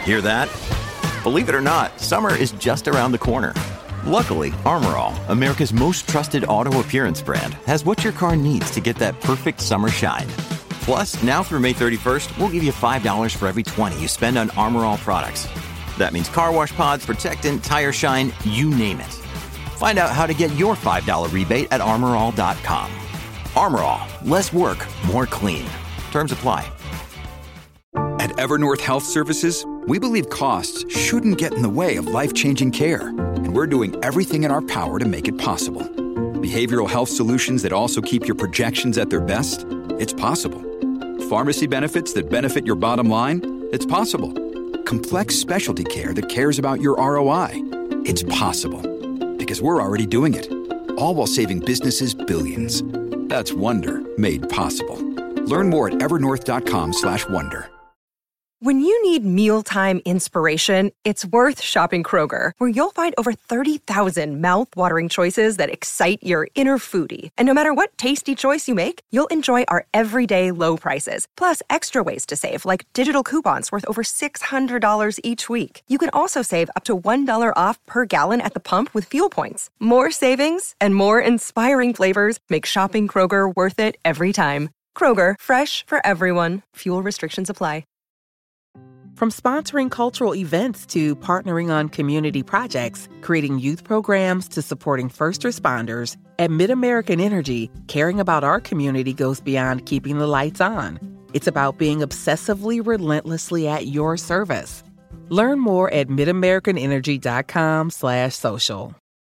Hear that? Believe it or not, summer is just around the corner. Luckily, Armor All, America's most trusted auto appearance brand, has what your car needs to get that perfect summer shine. Plus, now through May 31st, we'll give you $5 for every $20 you spend on Armor All products. That means car wash pods, protectant, tire shine, you name it. Find out how to get your $5 rebate at armorall.com. Armor All, less work, more clean. Terms apply. At Evernorth Health Services, we believe costs shouldn't get in the way of life-changing care, and we're doing everything in our power to make it possible. Behavioral health solutions that also keep your projections at their best? It's possible. Pharmacy benefits that benefit your bottom line? It's possible. Complex specialty care that cares about your ROI? It's possible. Because we're already doing it. All while saving businesses billions. That's Wonder made possible. Learn more at evernorth.com/wonder. When you need mealtime inspiration, it's worth shopping Kroger, where you'll find over 30,000 mouth-watering choices that excite your inner foodie. And no matter what tasty choice you make, you'll enjoy our everyday low prices, plus extra ways to save, like digital coupons worth over $600 each week. You can also save up to $1 off per gallon at the pump with fuel points. More savings and more inspiring flavors make shopping Kroger worth it every time. Kroger, fresh for everyone. Fuel restrictions apply. From sponsoring cultural events to partnering on community projects, creating youth programs to supporting first responders, at MidAmerican Energy, caring about our community goes beyond keeping the lights on. It's about being obsessively relentlessly at your service. Learn more at midamericanenergy.com/social.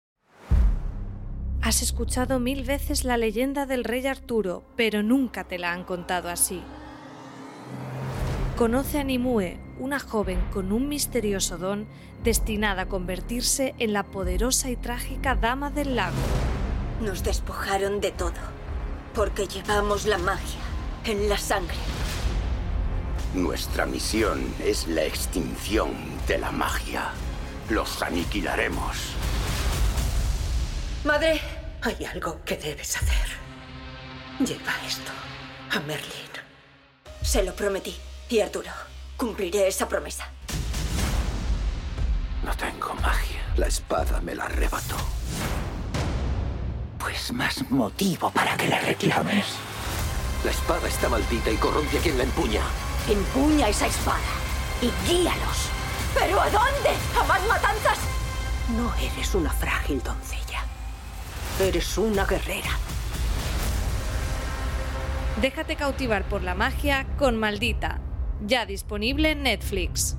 Has escuchado 1000 veces la leyenda del rey Arturo, pero nunca te la han contado así. Conoce a Nimue, una joven con un misterioso don destinada a convertirse en la poderosa y trágica Dama del Lago. Nos despojaron de todo, porque llevamos la magia en la sangre. Nuestra misión es la extinción de la magia. Los aniquilaremos. Madre, hay algo que debes hacer. Lleva esto a Merlin. Se lo prometí. Y Arturo, cumpliré esa promesa. No tengo magia. La espada me la arrebató. Pues más motivo para que la reclames. La espada está maldita y corrompe a quien la empuña. Empuña esa espada y guíalos. ¿Pero a dónde? ¿A más matanzas? No eres una frágil doncella. Eres una guerrera. Déjate cautivar por la magia con Maldita. Ya disponible en Netflix.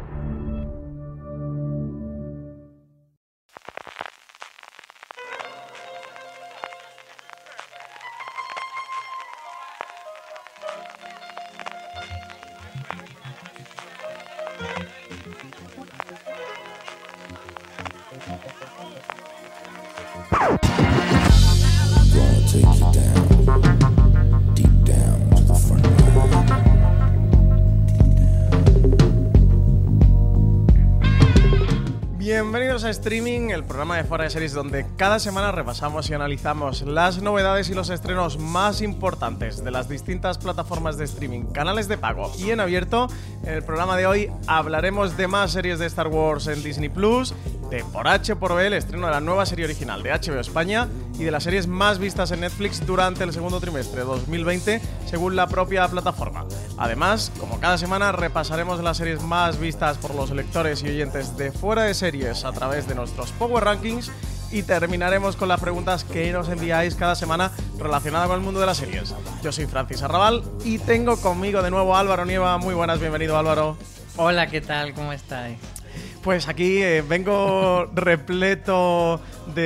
Bienvenidos a Streaming, el programa de Fuera de Series donde cada semana repasamos y analizamos las novedades y los estrenos más importantes de las distintas plataformas de streaming, canales de pago y en abierto. En el programa de hoy hablaremos de más series de Star Wars en Disney Plus, de Por H por B, el estreno de la nueva serie original de HBO España y de las series más vistas en Netflix durante el segundo trimestre de 2020 según la propia plataforma. Además, como cada semana, repasaremos las series más vistas por los lectores y oyentes de Fuera de Series a través de nuestros Power Rankings y terminaremos con las preguntas que nos enviáis cada semana relacionadas con el mundo de las series. Yo soy Francis Arrabal y tengo conmigo de nuevo a Álvaro Nieva. Muy buenas, bienvenido Álvaro. Hola, ¿qué tal? ¿Cómo estáis? Pues aquí vengo repleto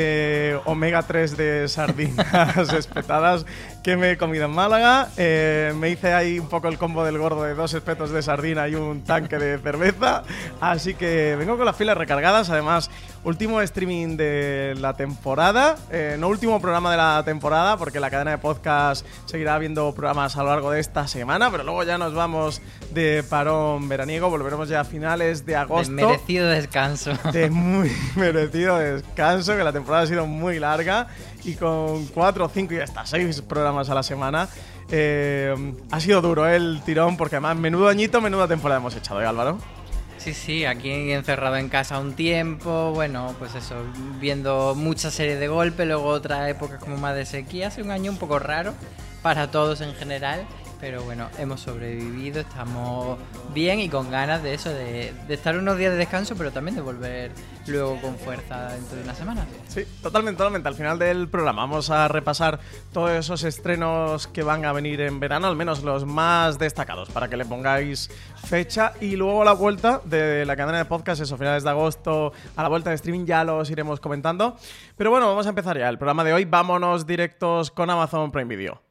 de omega 3 de sardinas espetadas que me he comido en Málaga. Me hice ahí un poco el combo del gordo de 2 espetos de sardina y un tanque de cerveza. Así que vengo con las pilas recargadas. Además, último streaming de la temporada. No último programa de la temporada, porque la cadena de podcast seguirá viendo programas a lo largo de esta semana. Pero luego ya nos vamos de parón veraniego. Volveremos ya a finales de agosto. De merecido descanso. De muy merecido descanso, que la temporada ha sido muy larga. Y con 4, 5 y hasta 6 programas a la semana ha sido duro el tirón, porque además menudo añito, menuda temporada hemos echado, ¿eh, Álvaro? Sí, aquí encerrado en casa un tiempo, bueno, pues eso, viendo muchas series de golpe, luego otras épocas como más de sequía. Hace un año un poco raro para todos en general, pero bueno, hemos sobrevivido, estamos bien y con ganas de eso, de estar unos días de descanso, pero también de volver luego con fuerza dentro de unas semanas. Sí, totalmente. Al final del programa vamos a repasar todos esos estrenos que van a venir en verano, al menos los más destacados, para que le pongáis fecha. Y luego a la vuelta de la cadena de podcast, eso, finales de agosto, a la vuelta de streaming ya los iremos comentando. Pero bueno, vamos a empezar ya el programa de hoy. Vámonos directos con Amazon Prime Video.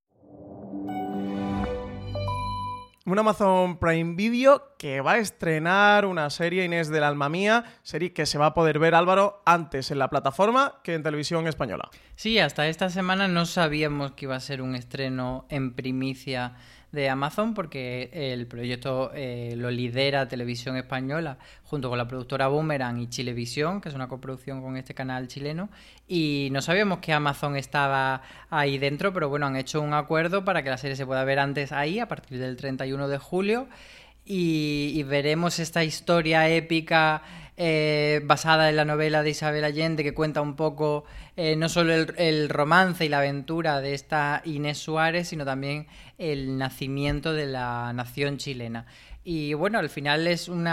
Un Amazon Prime Video que va a estrenar una serie, Inés del alma mía, serie que se va a poder ver, Álvaro, antes en la plataforma que en televisión española. Sí, hasta esta semana no sabíamos que iba a ser un estreno en primicia de Amazon, porque el proyecto lo lidera Televisión Española junto con la productora Boomerang y Chilevisión, que es una coproducción con este canal chileno, y no sabíamos que Amazon estaba ahí dentro, pero bueno, han hecho un acuerdo para que la serie se pueda ver antes ahí, a partir del 31 de julio, y veremos esta historia épica basada en la novela de Isabel Allende, que cuenta un poco no solo el romance y la aventura de esta Inés Suárez, sino también el nacimiento de la nación chilena. Y bueno, al final es un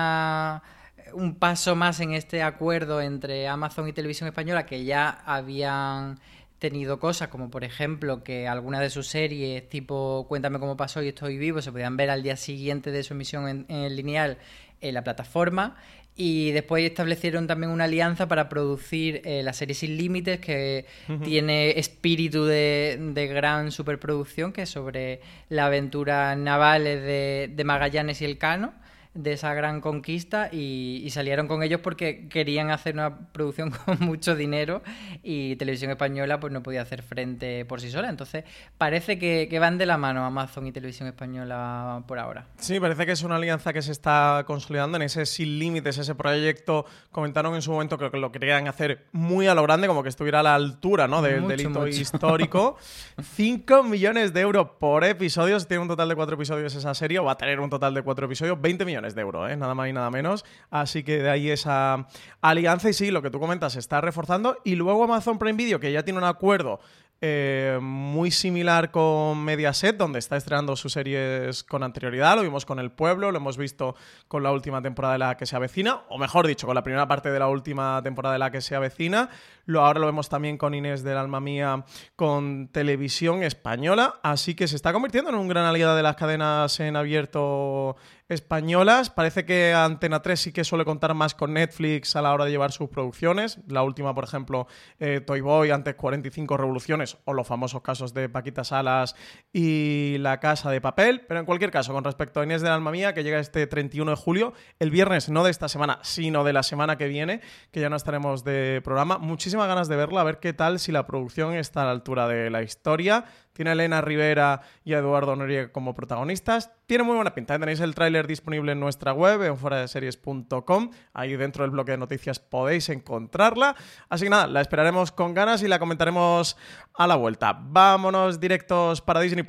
paso más en este acuerdo entre Amazon y Televisión Española, que ya habían tenido cosas como, por ejemplo, que algunas de sus series tipo Cuéntame cómo pasó y Estoy vivo se podían ver al día siguiente de su emisión en lineal en la plataforma. Y después establecieron también una alianza para producir la serie Sin Límites, que tiene espíritu de gran superproducción, que es sobre las aventuras navales de Magallanes y Elcano, de esa gran conquista, y salieron con ellos porque querían hacer una producción con mucho dinero y Televisión Española pues no podía hacer frente por sí sola. Entonces parece que van de la mano Amazon y Televisión Española por ahora. Sí, parece que es una alianza que se está consolidando en ese Sin Límites, ese proyecto. Comentaron en su momento que lo querían hacer muy a lo grande, como que estuviera a la altura, ¿no? del hito histórico. 5 millones de euros por episodio. Tiene un total de 4 episodios esa serie, o va a tener un total de 4 episodios, 20 millones de euros, nada más y nada menos. Así que de ahí esa alianza. Y sí, lo que tú comentas se está reforzando. Y luego Amazon Prime Video, que ya tiene un acuerdo muy similar con Mediaset, donde está estrenando sus series con anterioridad. Lo vimos con El Pueblo, lo hemos visto con la última temporada de La que se avecina, o mejor dicho, con la primera parte de la última temporada de La que se avecina. Ahora lo vemos también con Inés del alma mía, con Televisión Española. Así que se está convirtiendo en un gran aliado de las cadenas en abierto españolas. Parece que Antena 3 sí que suele contar más con Netflix a la hora de llevar sus producciones. La última, por ejemplo, Toy Boy, antes 45 Revoluciones, o los famosos casos de Paquita Salas y La Casa de Papel. Pero en cualquier caso, con respecto a Inés del alma mía, que llega este 31 de julio, el viernes, no de esta semana, sino de la semana que viene, que ya no estaremos de programa. Muchísimas ganas de verla, a ver qué tal, si la producción está a la altura de la historia. Tiene a Elena Rivera y a Eduardo Noriega como protagonistas. Tiene muy buena pinta. Tenéis el tráiler disponible en nuestra web, en fueradeseries.com. Ahí dentro del bloque de noticias podéis encontrarla. Así que nada, la esperaremos con ganas y la comentaremos a la vuelta. Vámonos directos para Disney+.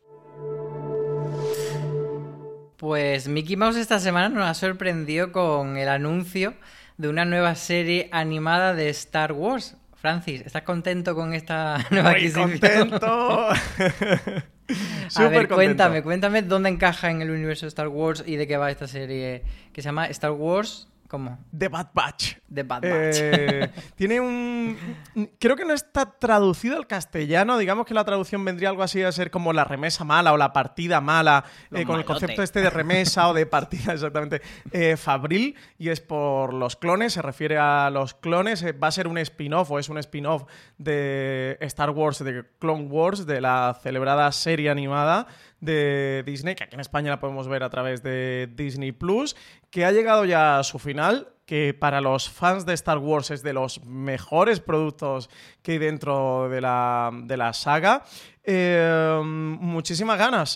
Pues Mickey Mouse esta semana nos ha sorprendido con el anuncio de una nueva serie animada de Star Wars. Francis, ¿estás contento con esta nueva adquisición? ¡Muy contento! A ver, cuéntame dónde encaja en el universo de Star Wars y de qué va esta serie que se llama Star Wars... ¿Cómo? The Bad Batch. The Bad Batch. Tiene un... Creo que no está traducido al castellano. Digamos que la traducción vendría algo así a ser como la remesa mala o la partida mala, con el concepto este de remesa o de partida, exactamente, fabril, y es por los clones, se refiere a los clones. Va a ser un spin-off, o es un spin-off de Star Wars, de Clone Wars, de la celebrada serie animada de Disney, que aquí en España la podemos ver a través de Disney+, que ha llegado ya a su final, que para los fans de Star Wars es de los mejores productos que hay dentro de la saga. Muchísimas ganas.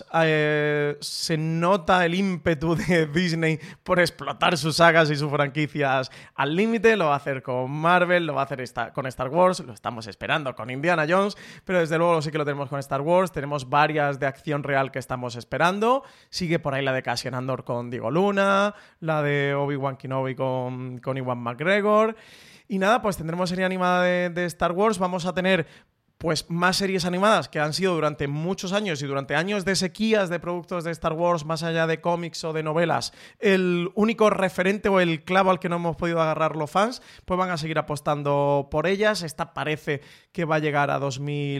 Se nota el ímpetu de Disney por explotar sus sagas y sus franquicias al límite. Lo va a hacer con Marvel, lo va a hacer con Star Wars, lo estamos esperando con Indiana Jones, pero desde luego sí que lo tenemos con Star Wars. Tenemos varias de acción real que estamos esperando. Sigue por ahí la de Cassian Andor con Diego Luna, la de Obi-Wan Kenobi con Ewan McGregor. Y nada, pues tendremos serie animada de Star Wars. Vamos a tener pues más series animadas que han sido durante muchos años y durante años de sequías de productos de Star Wars, más allá de cómics o de novelas, el único referente o el clavo al que no hemos podido agarrar los fans, pues van a seguir apostando por ellas. Esta parece que va a llegar a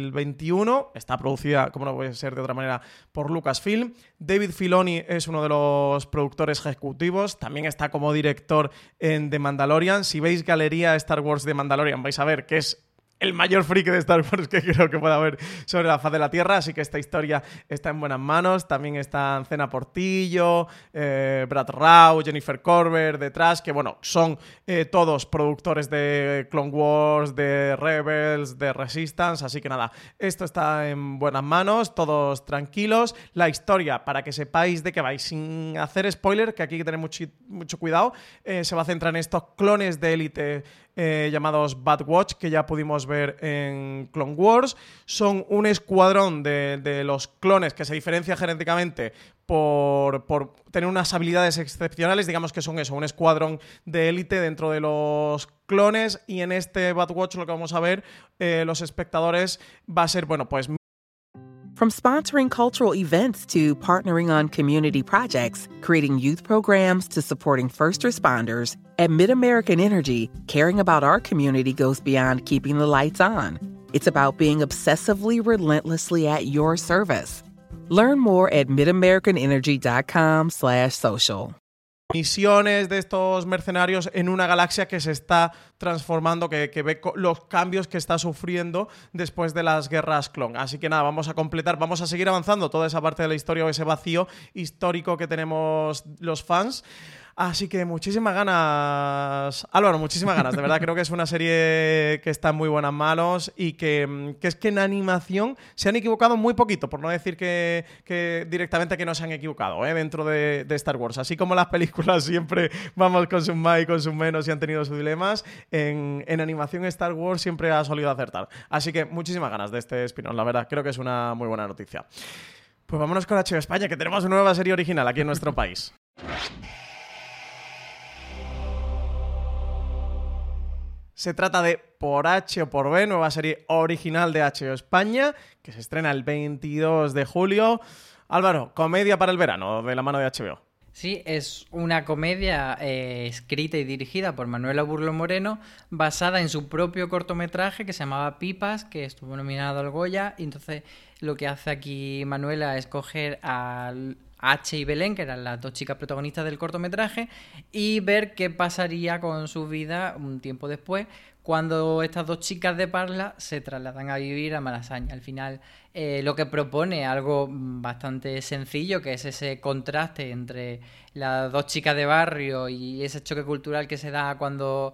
2021. Está producida, como no puede ser de otra manera, por Lucasfilm. David Filoni es uno de los productores ejecutivos. También está como director en The Mandalorian. Si veis Galería Star Wars de Mandalorian, vais a ver que es el mayor friki de Star Wars que creo que pueda haber sobre la faz de la Tierra, así que esta historia está en buenas manos. También están Cena Portillo, Brad Rau, Jennifer Korber detrás, que bueno, son todos productores de Clone Wars, de Rebels, de Resistance, así que nada, esto está en buenas manos, todos tranquilos. La historia, para que sepáis de qué vais, sin hacer spoiler, que aquí hay que tener mucho cuidado, se va a centrar en estos clones de élite llamados Bad Watch, que ya pudimos ver en Clone Wars. Son un escuadrón de los clones que se diferencia genéticamente por tener unas habilidades excepcionales. Digamos que son eso, un escuadrón de élite dentro de los clones, y en este Bad Watch lo que vamos a ver los espectadores va a ser, bueno, pues From sponsoring cultural events to partnering on community projects, creating youth programs to supporting first responders, at MidAmerican Energy, caring about our community goes beyond keeping the lights on. It's about being obsessively relentlessly at your service. Learn more at midamericanenergy.com/social. Misiones de estos mercenarios en una galaxia que se está transformando, que ve los cambios que está sufriendo después de las guerras clon. Así que nada, vamos a seguir avanzando toda esa parte de la historia o ese vacío histórico que tenemos los fans. Así que muchísimas ganas, Álvaro, muchísimas ganas. De verdad creo que es una serie que está en muy buenas manos y que es que en animación se han equivocado muy poquito, por no decir que directamente que no se han equivocado dentro de Star Wars. Así como las películas siempre vamos con sus más y con sus menos y han tenido sus dilemas, en animación Star Wars siempre ha solido acertar. Así que muchísimas ganas de este spin-off, la verdad. Creo que es una muy buena noticia. Pues vámonos con HBO España, que tenemos una nueva serie original aquí en nuestro país. Se trata de Por H o por B, nueva serie original de HBO España, que se estrena el 22 de julio. Álvaro, comedia para el verano, de la mano de HBO. Sí, es una comedia escrita y dirigida por Manuela Burlo Moreno, basada en su propio cortometraje que se llamaba Pipas, que estuvo nominado al Goya. Y entonces lo que hace aquí Manuela es coger al H y Belén, que eran las dos chicas protagonistas del cortometraje, y ver qué pasaría con su vida un tiempo después, cuando estas dos chicas de Parla se trasladan a vivir a Malasaña. Al final lo que propone algo bastante sencillo, que es ese contraste entre las dos chicas de barrio y ese choque cultural que se da cuando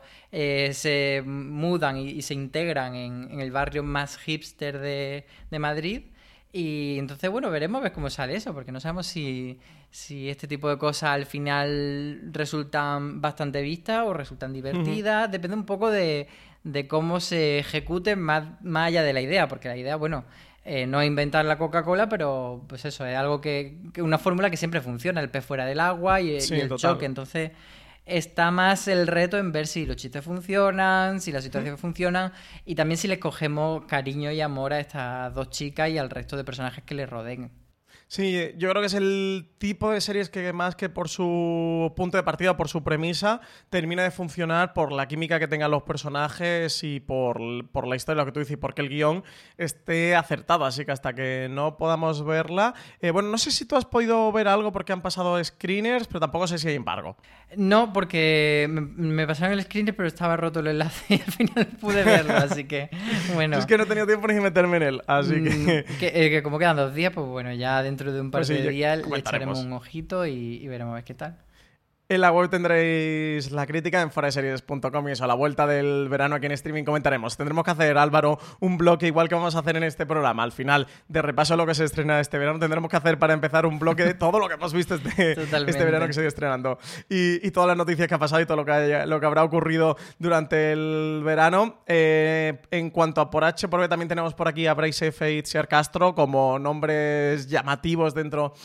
se mudan y se integran en el barrio más hipster de Madrid. Y entonces, bueno, veremos a ver cómo sale eso, porque no sabemos si este tipo de cosas al final resultan bastante vistas o resultan divertidas. Depende un poco de cómo se ejecuten más allá de la idea, porque la idea, bueno, no es inventar la Coca-Cola, pero pues eso, es algo que una fórmula que siempre funciona, el pez fuera del agua y el choque. Entonces está más el reto en ver si los chistes funcionan, si las situaciones funcionan, y también si les cogemos cariño y amor a estas dos chicas y al resto de personajes que les rodeen. Sí, yo creo que es el tipo de series que más que por su punto de partida, por su premisa, termina de funcionar por la química que tengan los personajes y por la historia, lo que tú dices, porque el guión esté acertado. Así que hasta que no podamos verla... bueno, no sé si tú has podido ver algo porque han pasado screeners, pero tampoco sé si hay embargo. No, porque me pasaron el screener, pero estaba roto el enlace y al final pude verlo, así que bueno. Es que no he tenido tiempo ni de meterme en él, así que como quedan 2 días, pues bueno, ya dentro de un par de días le echaremos un ojito y veremos a ver qué tal. En la web tendréis la crítica en foradeseries.com y eso, a la vuelta del verano aquí en streaming comentaremos. Tendremos que hacer, Álvaro, un bloque igual que vamos a hacer en este programa. Al final, de repaso a lo que se estrena este verano, tendremos que hacer para empezar un bloque de todo lo que hemos visto este verano que se ha ido estrenando. Y todas las noticias que ha pasado y todo lo que habrá ocurrido durante el verano. En cuanto a por H por B, también tenemos por aquí a Bryce F. y Itziar Castro como nombres llamativos dentro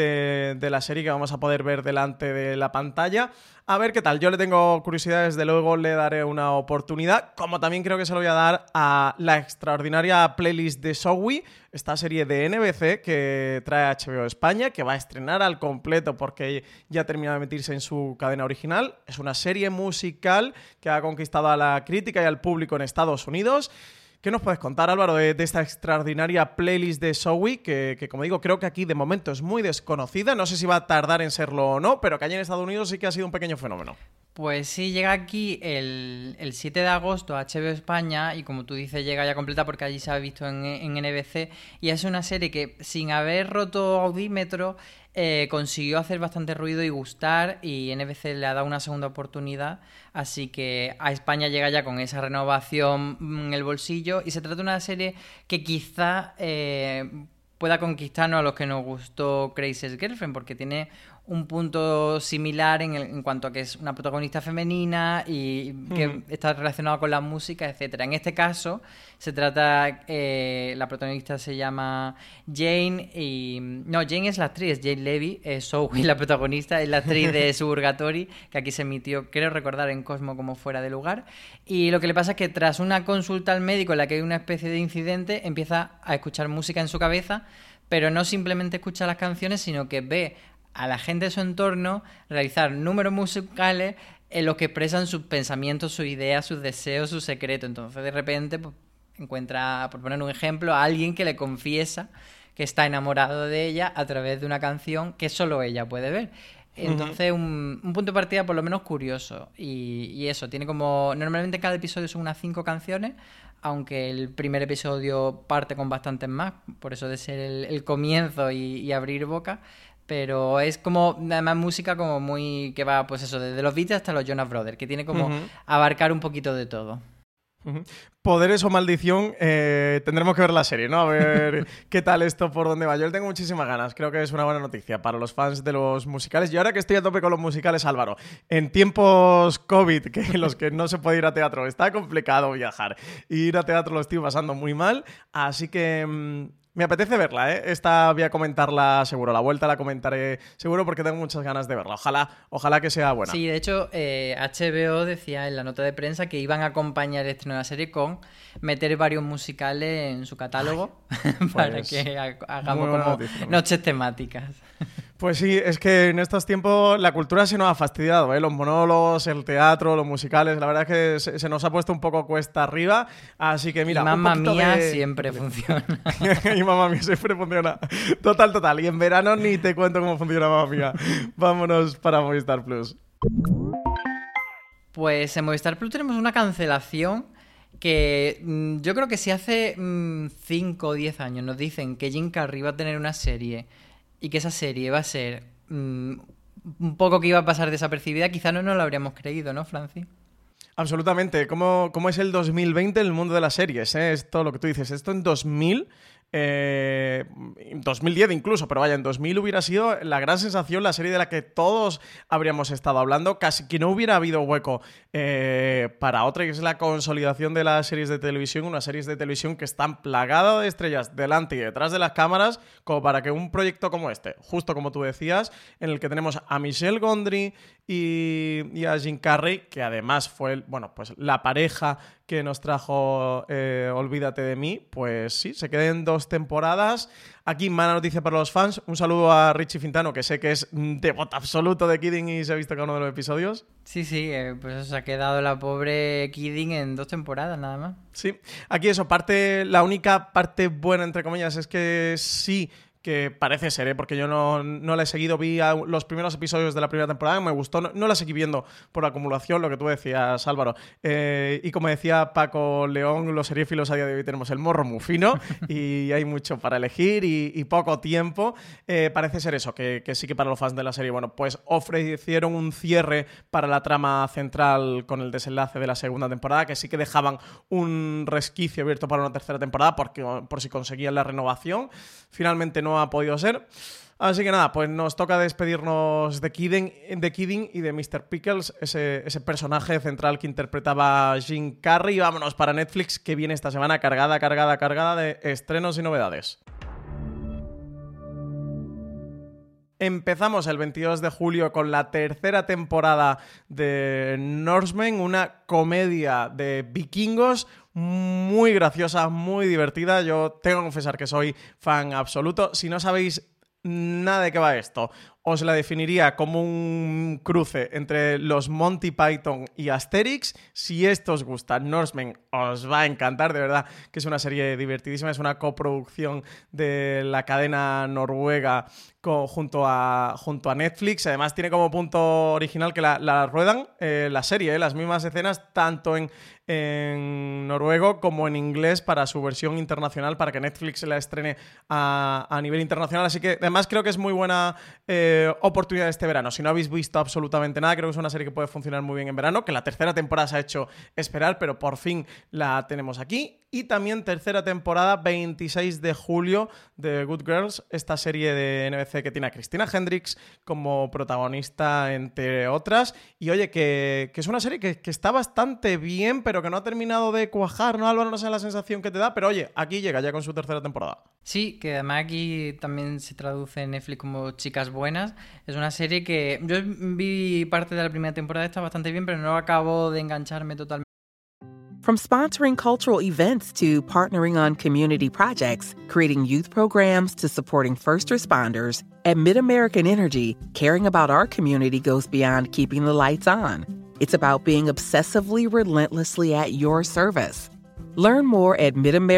de la serie que vamos a poder ver delante de la pantalla. A ver qué tal. Yo le tengo curiosidad, desde luego le daré una oportunidad, como también creo que se lo voy a dar a la extraordinaria playlist de Zoey, esta serie de NBC que trae HBO España, que va a estrenar al completo porque ya ha terminado de emitirse en su cadena original. Es una serie musical que ha conquistado a la crítica y al público en Estados Unidos. ¿Qué nos puedes contar, Álvaro, de esta extraordinaria playlist de Zoey? Que, como digo, creo que aquí de momento es muy desconocida. No sé si va a tardar en serlo o no, pero que allí en Estados Unidos sí que ha sido un pequeño fenómeno. Pues sí, llega aquí el 7 de agosto a HBO España y, como tú dices, llega ya completa porque allí se ha visto en NBC, y es una serie que, sin haber roto audímetro, consiguió hacer bastante ruido y gustar, y NBC le ha dado una segunda oportunidad, así que a España llega ya con esa renovación en el bolsillo, y se trata de una serie que quizá pueda conquistarnos a los que nos gustó Crazy Ex-Girlfriend, porque tiene un punto similar en cuanto a que es una protagonista femenina y que está relacionado con la música, etcétera. En este caso se trata, la protagonista se llama Jane Jane es la actriz, Jane Levy. Zoey, la protagonista, es la actriz de Suburgatory, que aquí se emitió, creo recordar, en Cosmo como Fuera de Lugar. Y lo que le pasa es que tras una consulta al médico en la que hay una especie de incidente, empieza a escuchar música en su cabeza, pero no simplemente escucha las canciones, sino que ve a la gente de su entorno realizar números musicales en los que expresan sus pensamientos, sus ideas, sus deseos, sus secretos. Entonces, de repente, pues, encuentra, por poner un ejemplo, a alguien que le confiesa que está enamorado de ella a través de una canción que solo ella puede ver. Entonces, un punto de partida por lo menos curioso. Y eso, tiene como... Normalmente cada episodio son unas 5 canciones, aunque el primer episodio parte con bastantes más, por eso de ser el comienzo y abrir boca. Pero es como, además, música como muy... que va, pues eso, desde los Beatles hasta los Jonas Brothers, que tiene como abarcar un poquito de todo. Poderes o maldición, tendremos que ver la serie, ¿no? A ver qué tal esto, por dónde va. Yo le tengo muchísimas ganas, creo que es una buena noticia para los fans de los musicales. Y ahora que estoy a tope con los musicales, Álvaro, en tiempos COVID, que en los que no se puede ir a teatro, está complicado viajar, ir a teatro lo estoy pasando muy mal, así que... me apetece verla, ¿eh? Esta voy a comentarla seguro. La vuelta la comentaré seguro porque tengo muchas ganas de verla. Ojalá que sea buena. Sí, de hecho, HBO decía en la nota de prensa que iban a acompañar el estreno de la serie con meter varios musicales en su catálogo para que hagamos como noches temáticas. Pues sí, es que en estos tiempos la cultura se nos ha fastidiado, ¿eh? Los monólogos, el teatro, los musicales, la verdad es que se nos ha puesto un poco cuesta arriba, así que mira... Y Mamma Mía siempre funciona. Y Mamma Mía siempre funciona. Total. Y en verano ni te cuento cómo funciona Mamma Mía. Vámonos para Movistar Plus. Pues en Movistar Plus tenemos una cancelación que yo creo que si hace 5 o 10 años nos dicen que Jim Carrey va a tener una serie y que esa serie va a ser un poco que iba a pasar desapercibida, quizá no nos lo habríamos creído, ¿no, Franci? Absolutamente. ¿Cómo es el 2020 en el mundo de las series? Es todo lo que tú dices. Esto en 2000... 2010 incluso, pero vaya, en 2000 hubiera sido la gran sensación, la serie de la que todos habríamos estado hablando, casi que no hubiera habido hueco para otra, que es la consolidación de las series de televisión, unas series de televisión que están plagadas de estrellas delante y detrás de las cámaras, como para que un proyecto como este, justo como tú decías, en el que tenemos a Michel Gondry y a Jim Carrey, que además fue pues la pareja que nos trajo Olvídate de mí, pues sí, se queden 2 temporadas. Aquí, mala noticia para los fans. Un saludo a Richie Fintano, que sé que es devoto absoluto de Kidding y se ha visto cada uno de los episodios. Sí, pues se ha quedado la pobre Kidding en 2 temporadas nada más. Sí, aquí eso, la única parte buena, entre comillas, es que sí que parece ser, porque yo no la he seguido, vi los primeros episodios de la primera temporada, me gustó, no la seguí viendo por acumulación, lo que tú decías, Álvaro. Y como decía Paco León, los seriéfilos a día de hoy tenemos el morro muy fino y hay mucho para elegir y poco tiempo. Parece ser eso, que sí que para los fans de la serie, bueno, pues ofrecieron un cierre para la trama central con el desenlace de la segunda temporada, que sí que dejaban un resquicio abierto para una tercera temporada por si conseguían la renovación. Finalmente no ha podido ser. Así que nada, pues nos toca despedirnos de Kidding y de Mr. Pickles, ese personaje central que interpretaba Jim Carrey. Y vámonos para Netflix, que viene esta semana cargada de estrenos y novedades. Empezamos el 22 de julio con la tercera temporada de Norsemen, una comedia de vikingos muy graciosa, muy divertida. Yo tengo que confesar que soy fan absoluto. Si no sabéis nada de qué va esto, os la definiría como un cruce entre los Monty Python y Asterix. Si esto os gusta, Norsemen os va a encantar, de verdad que es una serie divertidísima, es una coproducción de la cadena noruega junto a Netflix. Además tiene como punto original que la ruedan la serie, las mismas escenas tanto en noruego como en inglés para su versión internacional, para que Netflix la estrene a nivel internacional. Así que además creo que es muy buena oportunidad este verano. Si no habéis visto absolutamente nada, creo que es una serie que puede funcionar muy bien en verano, que la tercera temporada se ha hecho esperar, pero por fin la tenemos aquí. Y también tercera temporada, 26 de julio, de Good Girls, esta serie de NBC que tiene a Christina Hendricks como protagonista, entre otras. Y oye, que es una serie que está bastante bien, pero que no ha terminado de cuajar, ¿no, Álvaro? No sé la sensación que te da, pero oye, aquí llega ya con su tercera temporada. Sí, que además aquí también se traduce en Netflix como Chicas Buenas. Es una serie que yo vi parte de la primera temporada, está bastante bien, pero no acabo de engancharme totalmente. From sponsoring cultural events to partnering on community projects, creating youth programs to supporting first responders, at MidAmerican Energy, caring about our community goes beyond keeping the lights on. It's about being obsessively relentlessly at your service. Learn more at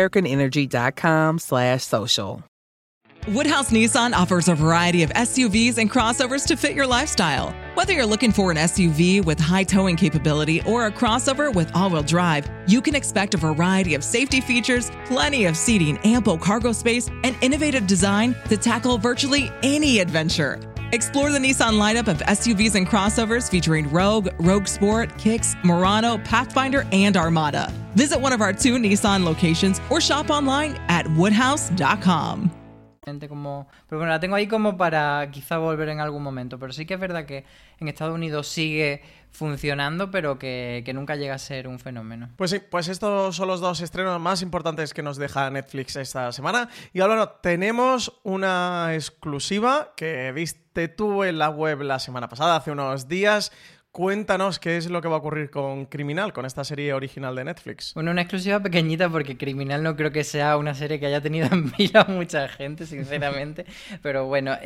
midamericanenergy.com/social. Woodhouse Nissan offers a variety of SUVs and crossovers to fit your lifestyle. Whether you're looking for an SUV with high towing capability or a crossover with all-wheel drive, you can expect a variety of safety features, plenty of seating, ample cargo space, and innovative design to tackle virtually any adventure. Explore the Nissan lineup of SUVs and crossovers featuring Rogue, Rogue Sport, Kicks, Murano, Pathfinder, and Armada. Visit one of our 2 Nissan locations or shop online at woodhouse.com. Pero bueno, la tengo ahí como para quizá volver en algún momento. Pero sí que es verdad que en Estados Unidos sigue funcionando, pero que nunca llega a ser un fenómeno. Pues sí, pues estos son los 2 estrenos más importantes que nos deja Netflix esta semana. Y ahora tenemos una exclusiva que viste tú en la web la semana pasada, hace unos días. Cuéntanos qué es lo que va a ocurrir con Criminal, con esta serie original de Netflix. Bueno, una exclusiva pequeñita porque Criminal no creo que sea una serie que haya tenido en vilo a mucha gente, sinceramente. Pero bueno,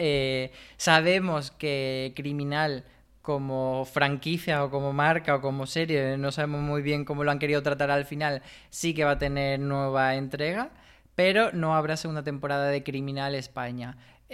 sabemos que Criminal como franquicia o como marca o como serie, no sabemos muy bien cómo lo han querido tratar al final, sí que va a tener nueva entrega, pero no habrá segunda temporada de Criminal España.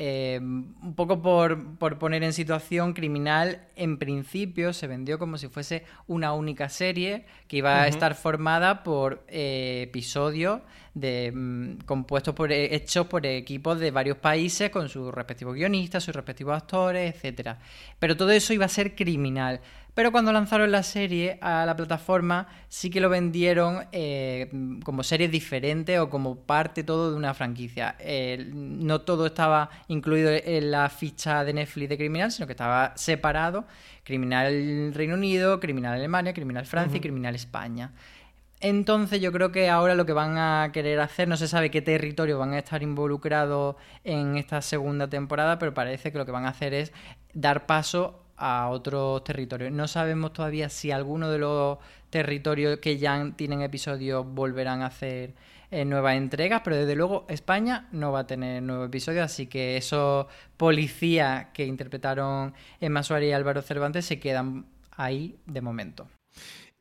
Un poco por poner en situación, Criminal en principio se vendió como si fuese una única serie que iba a estar formada por episodios compuestos hechos por equipos de varios países con sus respectivos guionistas, sus respectivos actores, etcétera. Pero todo eso iba a ser Criminal. Pero cuando lanzaron la serie a la plataforma sí que lo vendieron como series diferentes o como parte todo de una franquicia. No todo estaba incluido en la ficha de Netflix de Criminal, sino que estaba separado. Criminal Reino Unido, Criminal Alemania, Criminal Francia y Criminal España. Entonces yo creo que ahora lo que van a querer hacer, no se sabe qué territorio van a estar involucrados en esta segunda temporada, pero parece que lo que van a hacer es dar paso a otros territorios. No sabemos todavía si alguno de los territorios que ya tienen episodios volverán a hacer nuevas entregas, pero desde luego España no va a tener nuevos episodios, así que esos policías que interpretaron Emma Suárez y Álvaro Cervantes se quedan ahí de momento.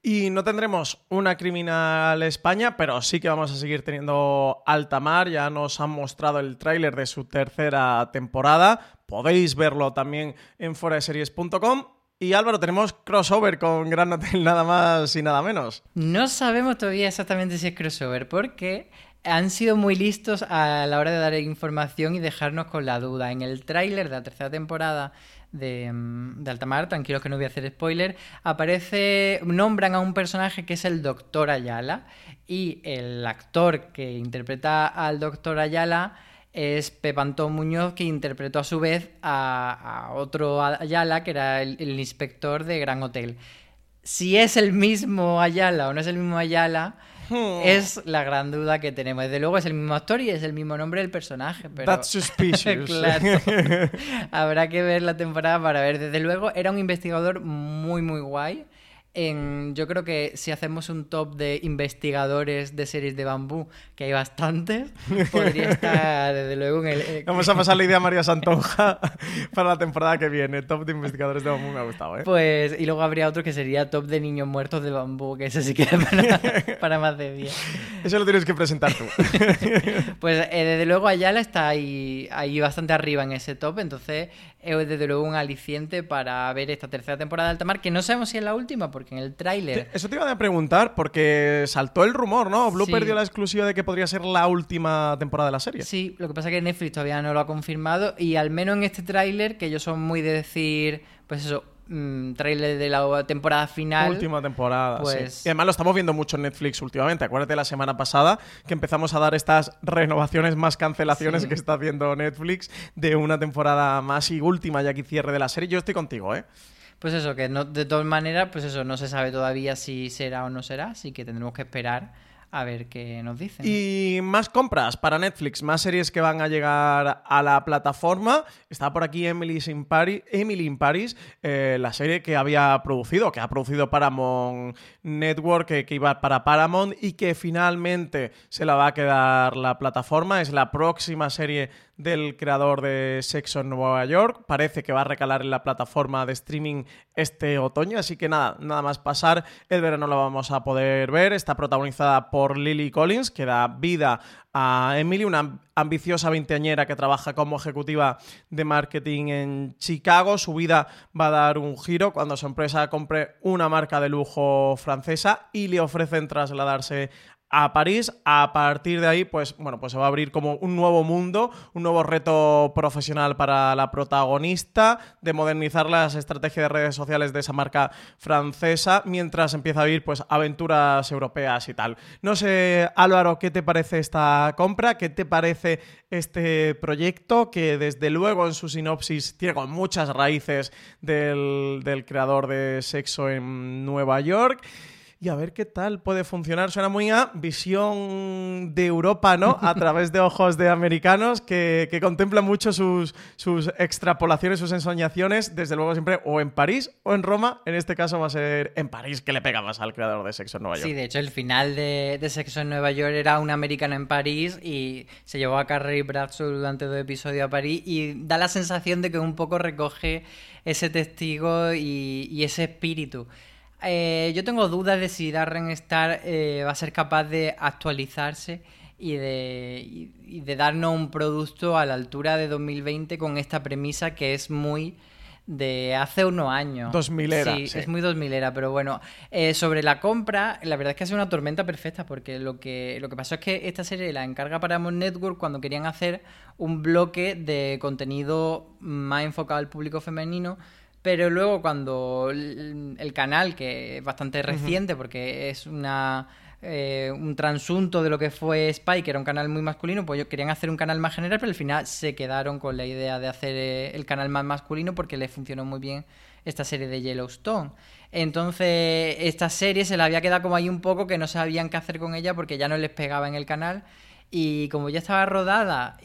Y no tendremos una Criminal España, pero sí que vamos a seguir teniendo Alta Mar. Ya nos han mostrado el tráiler de su tercera temporada. Podéis verlo también en foradeseries.com. Y Álvaro, tenemos crossover con Gran Hotel, nada más y nada menos. No sabemos todavía exactamente si es crossover, porque han sido muy listos a la hora de dar información y dejarnos con la duda. En el tráiler de la tercera temporada de Alta Mar, tranquilos que no voy a hacer spoiler, nombran a un personaje que es el Dr. Ayala, y el actor que interpreta al Dr. Ayala es Pep Antón Muñoz, que interpretó a su vez a otro Ayala, que era el inspector de Gran Hotel. Si es el mismo Ayala o no es el mismo Ayala, es la gran duda que tenemos. Desde luego es el mismo actor y es el mismo nombre del personaje, pero... That's suspicious. Claro. Habrá que ver la temporada para ver. Desde luego era un investigador muy, muy guay. Yo creo que si hacemos un top de investigadores de series de Bambú, que hay bastantes, podría estar desde luego en el... Vamos a pasar la idea a María Santonja para la temporada que viene. Top de investigadores de Bambú me ha gustado, ¿eh? Pues, y luego habría otro que sería top de niños muertos de Bambú, que ese sí que para más de 10. Eso lo tienes que presentar tú. Pues desde luego Ayala está ahí bastante arriba en ese top, entonces es desde luego un aliciente para ver esta tercera temporada de Alta Mar, que no sabemos si es la última, porque en el tráiler... Eso te iba a preguntar, porque saltó el rumor, ¿no? Blue perdió la exclusiva de que podría ser la última temporada de la serie. Sí, lo que pasa es que Netflix todavía no lo ha confirmado, y al menos en este tráiler, que ellos son muy de decir, pues eso, tráiler de la temporada final. Última temporada, pues... sí. Y además lo estamos viendo mucho en Netflix últimamente. Acuérdate la semana pasada que empezamos a dar estas renovaciones más cancelaciones que está haciendo Netflix de una temporada más y última ya que cierre de la serie. Yo estoy contigo, ¿eh? Pues eso, que no, de todas maneras, pues eso, no se sabe todavía si será o no será, así que tendremos que esperar a ver qué nos dicen. Y más compras para Netflix, más series que van a llegar a la plataforma. Está por aquí Emily in Paris, la serie que ha producido Paramount Network, que iba para Paramount y que finalmente se la va a quedar la plataforma. Es la próxima serie del creador de Sexo en Nueva York. Parece que va a recalar en la plataforma de streaming este otoño, así que nada más pasar el verano la vamos a poder ver. Está protagonizada por Lily Collins, que da vida a Emily, una ambiciosa veinteañera que trabaja como ejecutiva de marketing en Chicago. Su vida va a dar un giro cuando su empresa compre una marca de lujo francesa y le ofrecen trasladarse a París. A partir de ahí, pues se va a abrir como un nuevo mundo, un nuevo reto profesional para la protagonista, de modernizar las estrategias de redes sociales de esa marca francesa, mientras empieza a vivir pues aventuras europeas y tal. No sé, Álvaro, ¿qué te parece esta compra? ¿Qué te parece este proyecto? Que desde luego en su sinopsis tiene con muchas raíces del creador de Sexo en Nueva York. Y a ver qué tal puede funcionar. Suena muy a visión de Europa, ¿no? A través de ojos de americanos que contemplan mucho sus extrapolaciones, sus ensoñaciones, desde luego siempre o en París o en Roma. En este caso va a ser en París, que le pega más al creador de Sexo en Nueva York. Sí, de hecho el final de Sexo en Nueva York era un americano en París y se llevó a Carrie Bradshaw durante 2 episodios a París, y da la sensación de que un poco recoge ese testigo y ese espíritu. Yo tengo dudas de si Darren Star va a ser capaz de actualizarse y de darnos un producto a la altura de 2020 con esta premisa que es muy de hace unos años. 2000era. Sí, es muy 2000era, pero bueno. Sobre la compra, la verdad es que ha sido una tormenta perfecta, porque lo que pasó es que esta serie la encarga Paramount Network cuando querían hacer un bloque de contenido más enfocado al público femenino. Pero luego cuando el canal, que es bastante reciente porque es un transunto de lo que fue Spy, que era un canal muy masculino, pues ellos querían hacer un canal más general, pero al final se quedaron con la idea de hacer el canal más masculino porque les funcionó muy bien esta serie de Yellowstone. Entonces esta serie se la había quedado como ahí un poco, que no sabían qué hacer con ella porque ya no les pegaba en el canal. Y como ya estaba rodada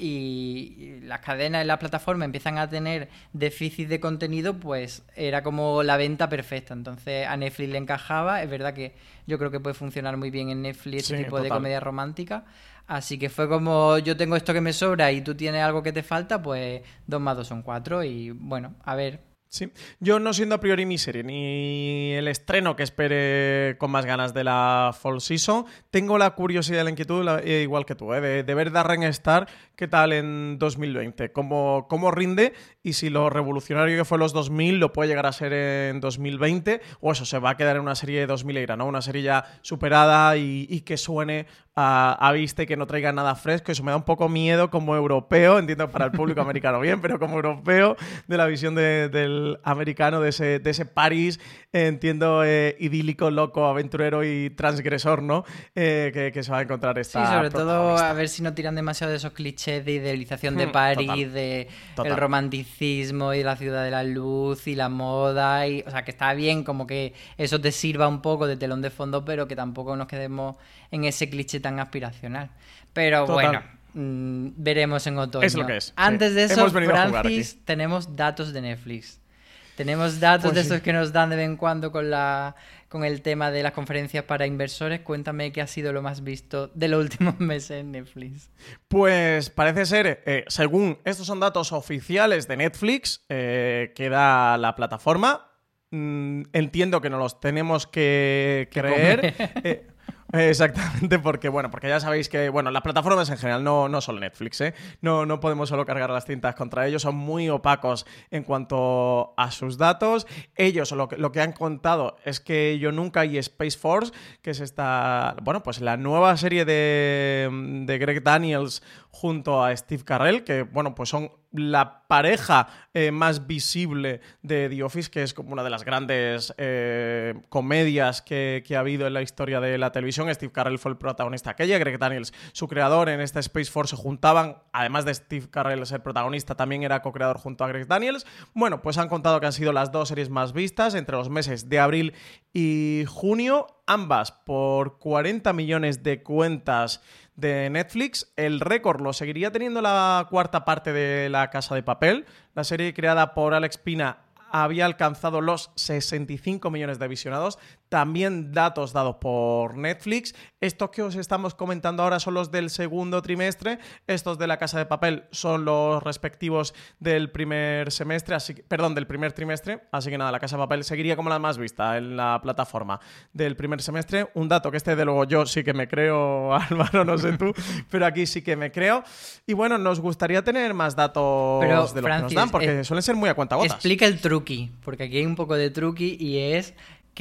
y las cadenas en la plataforma empiezan a tener déficit de contenido, pues era como la venta perfecta. Entonces a Netflix le encajaba. Es verdad que yo creo que puede funcionar muy bien en Netflix este tipo de comedia romántica. Así que fue como, yo tengo esto que me sobra y tú tienes algo que te falta, pues 2 más 2 son 4. Y bueno, a ver. Sí, yo no siendo a priori mi serie ni el estreno que espere con más ganas de la Fall Season, tengo la curiosidad y la inquietud, igual que tú, de ver Darren Star qué tal en 2020, cómo rinde y si lo revolucionario que fue los 2000 lo puede llegar a ser en 2020 o eso, se va a quedar en una serie de 2000 era, ¿no? Una serie ya superada y que suene a vista y que no traiga nada fresco. Eso me da un poco miedo como europeo, entiendo para el público americano bien, pero como europeo de la visión del americano, de ese París, entiendo idílico, loco, aventurero y transgresor, ¿no? Que se va a encontrar esta Sí, sobre todo protagonista. a ver si no tiran demasiado de esos clichés de idealización de París, el romanticismo y la ciudad de la luz y la moda, o sea, que está bien como que eso te sirva un poco de telón de fondo, pero que tampoco nos quedemos en ese cliché tan aspiracional. Pero bueno, veremos en otoño. Es lo que es. Antes de eso, Francis, tenemos datos de Netflix. Tenemos datos de esos que nos dan de vez en cuando con el tema de las conferencias para inversores. Cuéntame qué ha sido lo más visto de los últimos meses en Netflix. Pues parece ser, según estos son datos oficiales de Netflix que da la plataforma, entiendo que no los tenemos que creer. Exactamente, porque ya sabéis que, las plataformas en general, no solo Netflix, no podemos solo cargar las tintas contra ellos, son muy opacos en cuanto a sus datos. Ellos lo que han contado es que Yo Nunca y Space Force, que es la nueva serie de Greg Daniels junto a Steve Carell, que, pues son la pareja más visible de The Office, que es como una de las grandes comedias que ha habido en la historia de la televisión. Steve Carell fue el protagonista aquella, Greg Daniels, su creador. En esta Space Force se juntaban, además de Steve Carell ser protagonista, también era co-creador junto a Greg Daniels. Pues han contado que han sido las dos series más vistas entre los meses de abril y junio, ambas por 40 millones de cuentas de Netflix. El récord lo seguiría teniendo la cuarta parte de La Casa de Papel. La serie creada por Alex Pina había alcanzado los 65 millones de visionados. También datos dados por Netflix. Estos que os estamos comentando ahora son los del segundo trimestre. Estos de La Casa de Papel son los respectivos del primer trimestre. Así que nada, La Casa de Papel seguiría como la más vista en la plataforma del primer semestre. Un dato que de luego yo sí que me creo, Álvaro, no sé tú, pero aquí sí que me creo. Y nos gustaría tener más datos de los que nos dan, porque suelen ser muy a cuentagotas. Explica el truqui, porque aquí hay un poco de truqui y es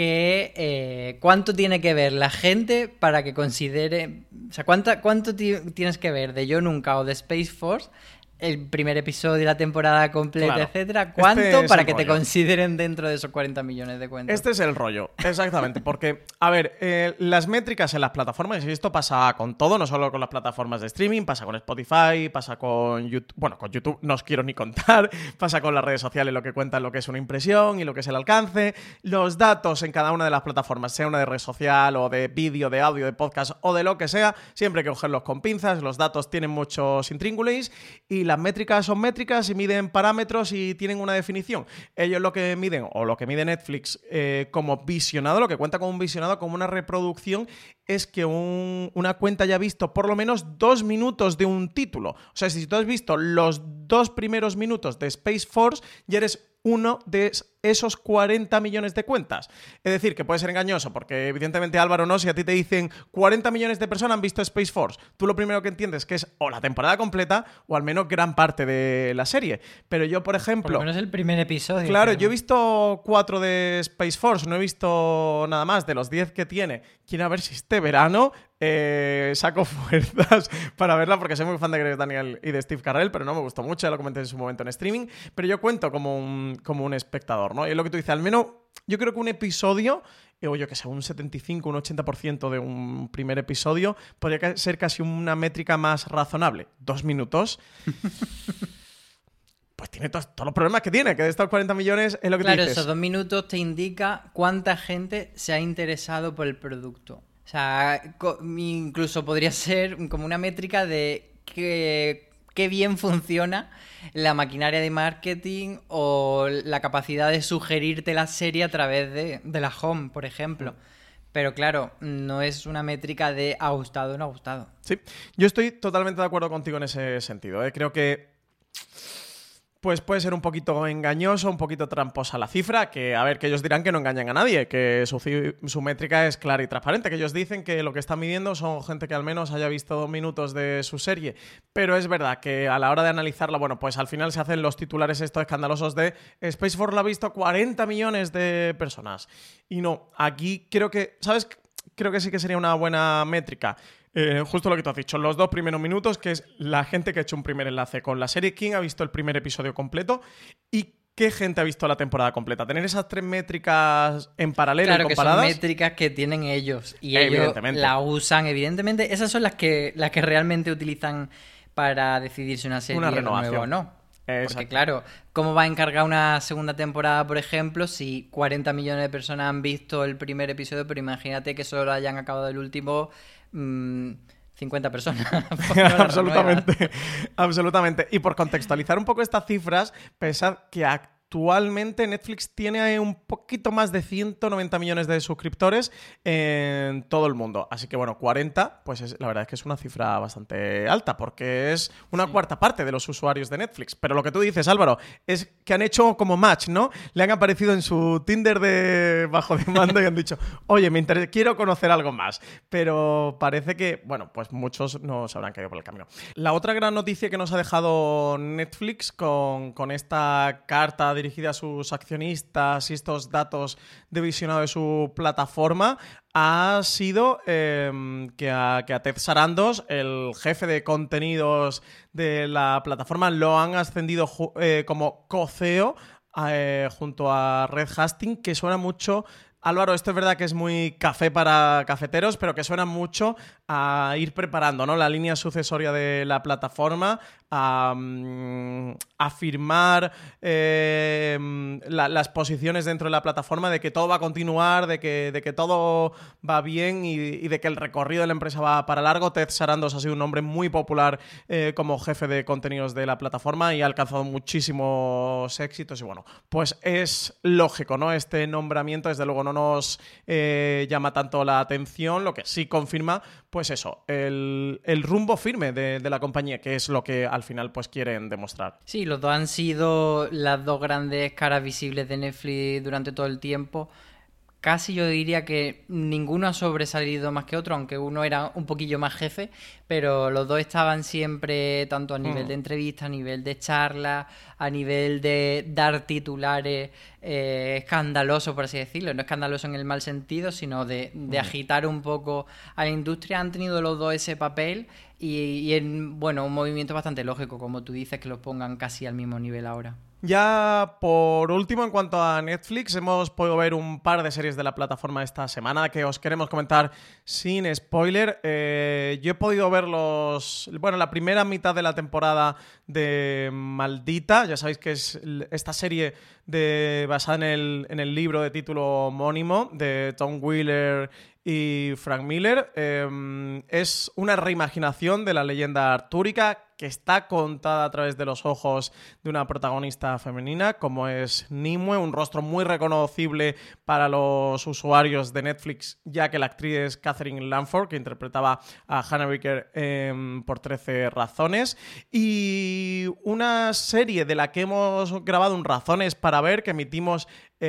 que cuánto tiene que ver la gente para que considere, o sea, cuánto tienes que ver de Yo Nunca o de Space Force, el primer episodio, la temporada completa, etcétera. ¿Cuánto para que te consideren dentro de esos 40 millones de cuentas? Este es el rollo, exactamente. Porque, a ver, las métricas en las plataformas, y esto pasa con todo, no solo con las plataformas de streaming, pasa con Spotify, pasa con YouTube. Bueno, con YouTube no os quiero ni contar, pasa con las redes sociales, lo que cuentan lo que es una impresión y lo que es el alcance. Los datos en cada una de las plataformas, sea una de red social o de vídeo, de audio, de podcast o de lo que sea, siempre hay que cogerlos con pinzas. Los datos tienen muchos intríngulis y las métricas son métricas y miden parámetros y tienen una definición. Ellos lo que miden, o lo que mide Netflix como visionado, lo que cuenta como un visionado, como una reproducción, es que una cuenta haya visto por lo menos 2 minutos de un título. O sea, si tú has visto los 2 primeros minutos de Space Force, ya eres uno de esos 40 millones de cuentas. Es decir, que puede ser engañoso, porque evidentemente, Álvaro, no, si a ti te dicen 40 millones de personas han visto Space Force, tú lo primero que entiendes que es o la temporada completa o al menos gran parte de la serie. Pero yo, por ejemplo... Por lo menos el primer episodio. Claro, yo he visto 4 de Space Force, no he visto nada más de los 10 que tiene. Quiero ver si este verano saco fuerzas para verla, porque soy muy fan de Greg Daniel y de Steve Carell, pero no me gustó mucho, ya lo comenté en su momento en streaming, pero yo cuento como un espectador, ¿no? Y es lo que tú dices, al menos yo creo que un episodio, o yo que sé, un 75, un 80% de un primer episodio podría ser casi una métrica más razonable. 2 minutos... pues tiene todos los problemas que tiene, que de estos 40 millones es lo que tú dices. Claro, esos 2 minutos te indica cuánta gente se ha interesado por el producto. O sea, incluso podría ser como una métrica de qué bien funciona la maquinaria de marketing o la capacidad de sugerirte la serie a través de la home, por ejemplo. Pero claro, no es una métrica de ha gustado o no ha gustado. Sí, yo estoy totalmente de acuerdo contigo en ese sentido. Creo que pues puede ser un poquito engañoso, un poquito tramposa la cifra, que a ver, que ellos dirán que no engañan a nadie, que su métrica es clara y transparente, que ellos dicen que lo que están midiendo son gente que al menos haya visto 2 minutos de su serie, pero es verdad que a la hora de analizarla, bueno, pues al final se hacen los titulares estos escandalosos de Space Force lo ha visto 40 millones de personas. Y no, aquí creo que, ¿sabes? Creo que sí que sería una buena métrica. Justo lo que tú has dicho, los 2 primeros minutos, que es la gente que ha hecho un primer enlace con la serie, quién ha visto el primer episodio completo y qué gente ha visto la temporada completa. Tener esas 3 métricas en paralelo y comparadas. Claro, que son métricas que tienen ellos y ellos la usan, evidentemente. Esas son las que realmente utilizan para decidir si una serie es nueva o no. Porque claro, ¿cómo va a encargar una segunda temporada, por ejemplo, si 40 millones de personas han visto el primer episodio, pero imagínate que solo hayan acabado el último 50 personas? Absolutamente. Y por contextualizar un poco estas cifras, pensad que actualmente Netflix tiene un poquito más de 190 millones de suscriptores en todo el mundo. Así que bueno, 40, pues la verdad es que es una cifra bastante alta, porque es una cuarta parte de los usuarios de Netflix. Pero lo que tú dices, Álvaro, es que han hecho como match, ¿no? Le han aparecido en su Tinder de bajo demanda y han dicho, oye, quiero conocer algo más. Pero parece que, bueno, pues muchos no se habrán caído por el camino. La otra gran noticia que nos ha dejado Netflix con esta carta dirigida a sus accionistas y estos datos de visionado de su plataforma ha sido que a Ted Sarandos, el jefe de contenidos de la plataforma, lo han ascendido como co-CEO junto a Reed Hastings, que suena mucho... Álvaro, esto es verdad que es muy café para cafeteros, pero que suena mucho a ir preparando, ¿no?, la línea sucesoria de la plataforma, a firmar las posiciones dentro de la plataforma, de que todo va a continuar, de que todo va bien y de que el recorrido de la empresa va para largo. Ted Sarandos ha sido un hombre muy popular como jefe de contenidos de la plataforma y ha alcanzado muchísimos éxitos y bueno, pues es lógico, ¿no? Este nombramiento desde luego no nos llama tanto la atención, lo que sí confirma, pues eso, el rumbo firme de la compañía, que es lo que al final pues quieren demostrar. Sí, los dos han sido las 2 grandes caras visibles de Netflix durante todo el tiempo. Casi yo diría que ninguno ha sobresalido más que otro, aunque uno era un poquillo más jefe, pero los dos estaban siempre tanto a nivel de entrevista, a nivel de charla, a nivel de dar titulares escandalosos, por así decirlo. No escandaloso en el mal sentido, sino de agitar un poco a la industria. Han tenido los dos ese papel y bueno, un movimiento bastante lógico, como tú dices, que los pongan casi al mismo nivel ahora. Ya por último, en cuanto a Netflix, hemos podido ver un par de series de la plataforma esta semana que os queremos comentar sin spoiler. Yo he podido ver la primera mitad de la temporada de Maldita. Ya sabéis que es esta serie basada en el libro de título homónimo de Tom Wheeler y Frank Miller. Es una reimaginación de la leyenda artúrica que está contada a través de los ojos de una protagonista femenina como es Nimue, un rostro muy reconocible para los usuarios de Netflix, ya que la actriz es Catherine Langford, que interpretaba a Hannah Baker por 13 razones, y una serie de la que hemos grabado un Razones para ver, que emitimos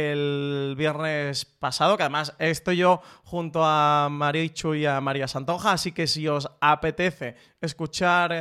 el viernes pasado, que además estoy yo junto a Marichu y a María Santonja, así que si os apetece escuchar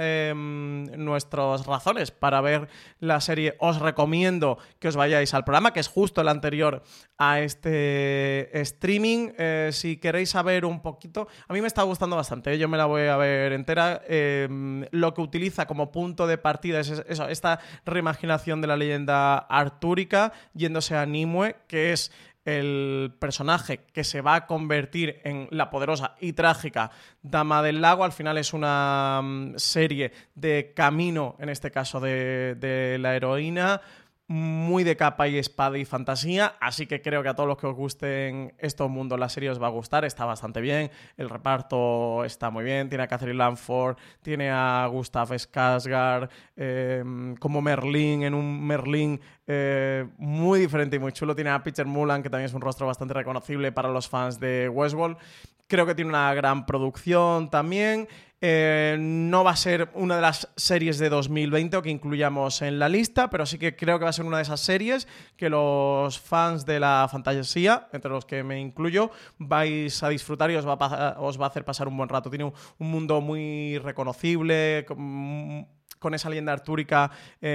nuestras razones para ver la serie, os recomiendo que os vayáis al programa, que es justo el anterior a este streaming. Si queréis saber un poquito, a mí me está gustando bastante, yo me la voy a ver entera. Lo que utiliza como punto de partida es eso, esta reimaginación de la leyenda artúrica, yéndose a Nimue, que es el personaje que se va a convertir en la poderosa y trágica Dama del Lago. Al final es una serie de camino, en este caso de la heroína, muy de capa y espada y fantasía, así que creo que a todos los que os gusten estos mundos la serie os va a gustar. Está bastante bien, el reparto está muy bien, tiene a Catherine Langford, tiene a Gustav Skarsgård como Merlín, en un Merlín muy diferente y muy chulo. Tiene a Peter Mullan, que también es un rostro bastante reconocible para los fans de Westworld. Creo que tiene una gran producción también. No va a ser una de las series de 2020 o que incluyamos en la lista, pero sí que creo que va a ser una de esas series que los fans de la fantasía, entre los que me incluyo, vais a disfrutar y os va a hacer pasar un buen rato. Tiene un mundo muy reconocible, con esa leyenda artúrica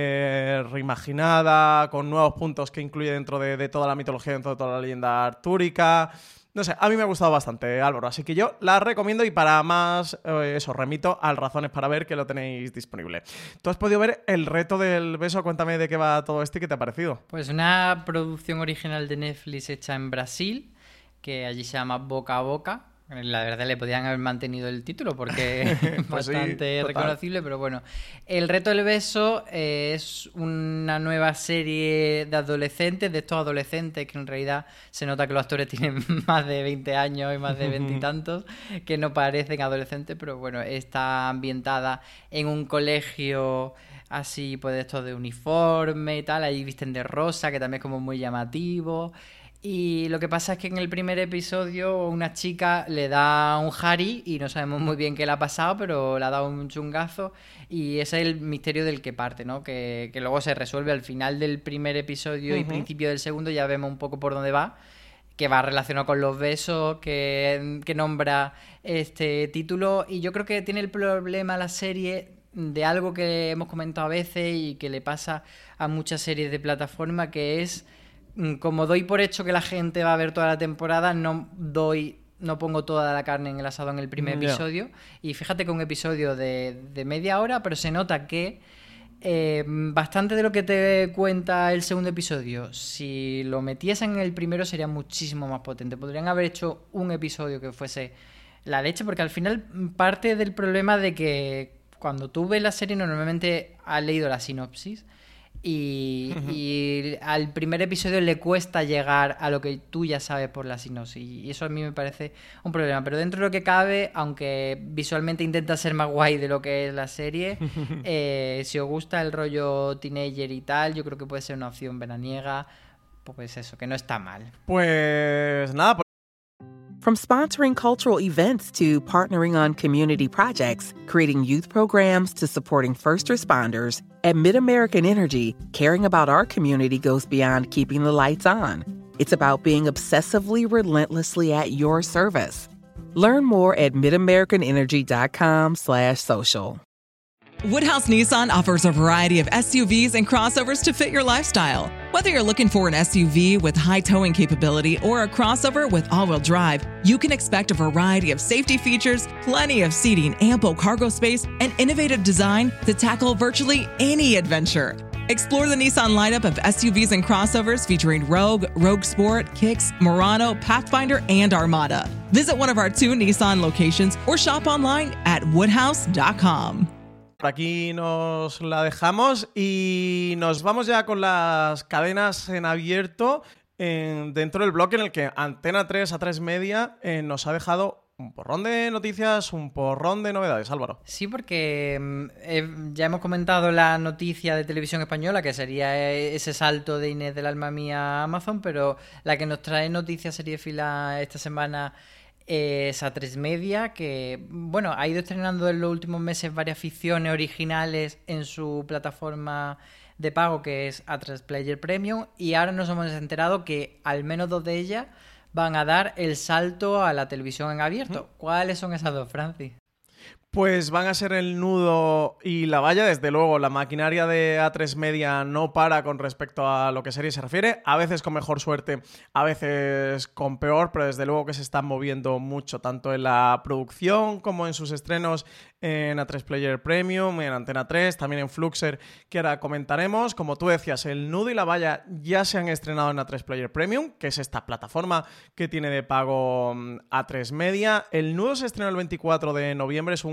reimaginada, con nuevos puntos que incluye dentro de toda la mitología, dentro de toda la leyenda artúrica. No sé, a mí me ha gustado bastante, Álvaro, así que yo la recomiendo y para más, remito al Razones para Ver, que lo tenéis disponible. ¿Tú has podido ver El reto del beso? Cuéntame de qué va todo esto y qué te ha parecido. Pues una producción original de Netflix hecha en Brasil, que allí se llama Boca a Boca. La verdad le podían haber mantenido el título porque es pues bastante sí, reconocible, pero bueno. El reto del beso es una nueva serie de adolescentes, de estos adolescentes que en realidad se nota que los actores tienen más de 20 años y más de 20 y tantos, que no parecen adolescentes, pero bueno, está ambientada en un colegio así, pues esto de uniforme y tal, ahí visten de rosa, que también es como muy llamativo. Y lo que pasa es que en el primer episodio una chica le da un Harry y no sabemos muy bien qué le ha pasado, pero le ha dado un chungazo y ese es el misterio del que parte, ¿no? Que luego se resuelve al final del primer episodio y principio del segundo, ya vemos un poco por dónde va, que va relacionado con los besos, que nombra este título, y yo creo que tiene el problema la serie de algo que hemos comentado a veces y que le pasa a muchas series de plataforma, que es... Como doy por hecho que la gente va a ver toda la temporada, no pongo toda la carne en el asado en el primer episodio. Y fíjate que un episodio de media hora, pero se nota que bastante de lo que te cuenta el segundo episodio, si lo metiesen en el primero, sería muchísimo más potente. Podrían haber hecho un episodio que fuese la leche, porque al final parte del problema de que cuando tú ves la serie normalmente has leído la sinopsis y al primer episodio le cuesta llegar a lo que tú ya sabes por la sinopsis, y eso a mí me parece un problema, pero dentro de lo que cabe, aunque visualmente intenta ser más guay de lo que es la serie, si os gusta el rollo teenager y tal, yo creo que puede ser una opción veraniega, pues eso, que no está mal. Pues nada, From sponsoring cultural events to partnering on community projects, creating youth programs to supporting first responders, at MidAmerican Energy, caring about our community goes beyond keeping the lights on. It's about being obsessively relentlessly at your service. Learn more at midamericanenergy.com/social. Woodhouse Nissan offers a variety of SUVs and crossovers to fit your lifestyle. Whether you're looking for an SUV with high towing capability or a crossover with all-wheel drive, you can expect a variety of safety features, plenty of seating, ample cargo space, and innovative design to tackle virtually any adventure. Explore the Nissan lineup of SUVs and crossovers featuring Rogue, Rogue Sport, Kicks, Murano, Pathfinder, and Armada. Visit one of our 2 Nissan locations or shop online at woodhouse.com. Por aquí nos la dejamos y nos vamos ya con las cadenas en abierto dentro del bloque en el que Antena 3, A3 Media, nos ha dejado un porrón de noticias, un porrón de novedades, Álvaro. Sí, porque ya hemos comentado la noticia de Televisión Española, que sería ese salto de Inés del alma mía a Amazon, pero la que nos trae noticias seriéfila esta semana es A3 Media, que bueno, ha ido estrenando en los últimos meses varias ficciones originales en su plataforma de pago, que es A3 Player Premium, y ahora nos hemos enterado que al menos 2 de ellas van a dar el salto a la televisión en abierto. ¿Cuáles son esas 2, Francis? Pues van a ser El Nudo y La Valla. Desde luego, la maquinaria de A3 Media no para con respecto a lo que serie se refiere. A veces con mejor suerte, a veces con peor, pero desde luego que se están moviendo mucho, tanto en la producción como en sus estrenos en A3 Player Premium, en Antena 3, también en Fluxer, que ahora comentaremos. Como tú decías, El Nudo y La Valla ya se han estrenado en A3 Player Premium, que es esta plataforma que tiene de pago A3 Media. El Nudo se estrenó el 24 de noviembre, es un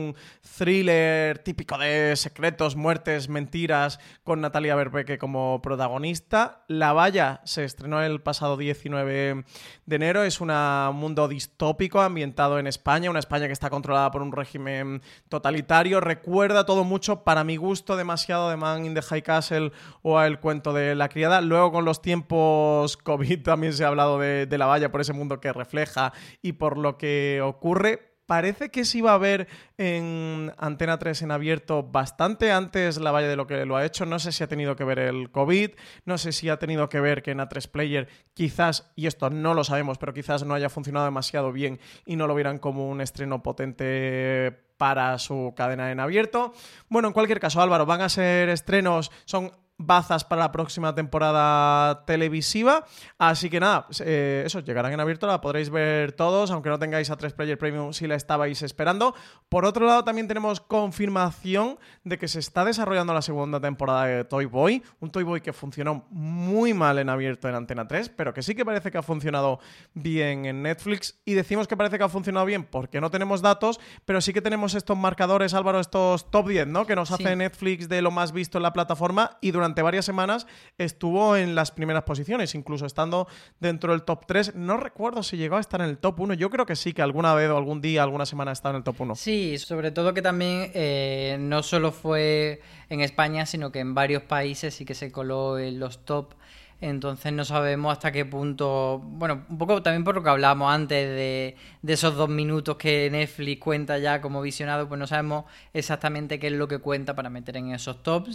un thriller típico de secretos, muertes, mentiras, con Natalia Berbeque como protagonista. La Valla se estrenó el pasado 19 de enero. Es un mundo distópico ambientado en España, una España que está controlada por un régimen totalitario. Recuerda todo mucho, para mi gusto, demasiado de Man in the High Castle o a El cuento de la criada. Luego, con los tiempos COVID, también se ha hablado de La Valla por ese mundo que refleja y por lo que ocurre. Parece que se iba a ver en Antena 3 en abierto bastante antes La Valla de lo que lo ha hecho. No sé si ha tenido que ver el COVID, no sé si ha tenido que ver que en A3 Player quizás, y esto no lo sabemos, pero quizás no haya funcionado demasiado bien y no lo vieran como un estreno potente para su cadena en abierto. Bueno, en cualquier caso, Álvaro, van a ser estrenos, son bazas para la próxima temporada televisiva, así que nada, eso, llegarán en abierto, la podréis ver todos, aunque no tengáis A3 Player Premium si la estabais esperando. Por otro lado, también tenemos confirmación de que se está desarrollando la segunda temporada de Toy Boy, un Toy Boy que funcionó muy mal en abierto en Antena 3, pero que sí que parece que ha funcionado bien en Netflix, y decimos que parece que ha funcionado bien porque no tenemos datos, pero sí que tenemos estos marcadores, Álvaro, estos top 10, ¿no?, que nos hace Netflix de lo más visto en la plataforma, y durante varias semanas estuvo en las primeras posiciones, incluso estando dentro del top 3. No recuerdo si llegó a estar en el top 1. Yo creo que sí, que alguna vez o algún día, alguna semana ha estado en el top 1. Sí, sobre todo que también no solo fue en España, sino que en varios países sí que se coló en los top. Entonces no sabemos hasta qué punto... Bueno, un poco también por lo que hablábamos antes de esos 2 minutos que Netflix cuenta ya como visionado, pues no sabemos exactamente qué es lo que cuenta para meter en esos tops,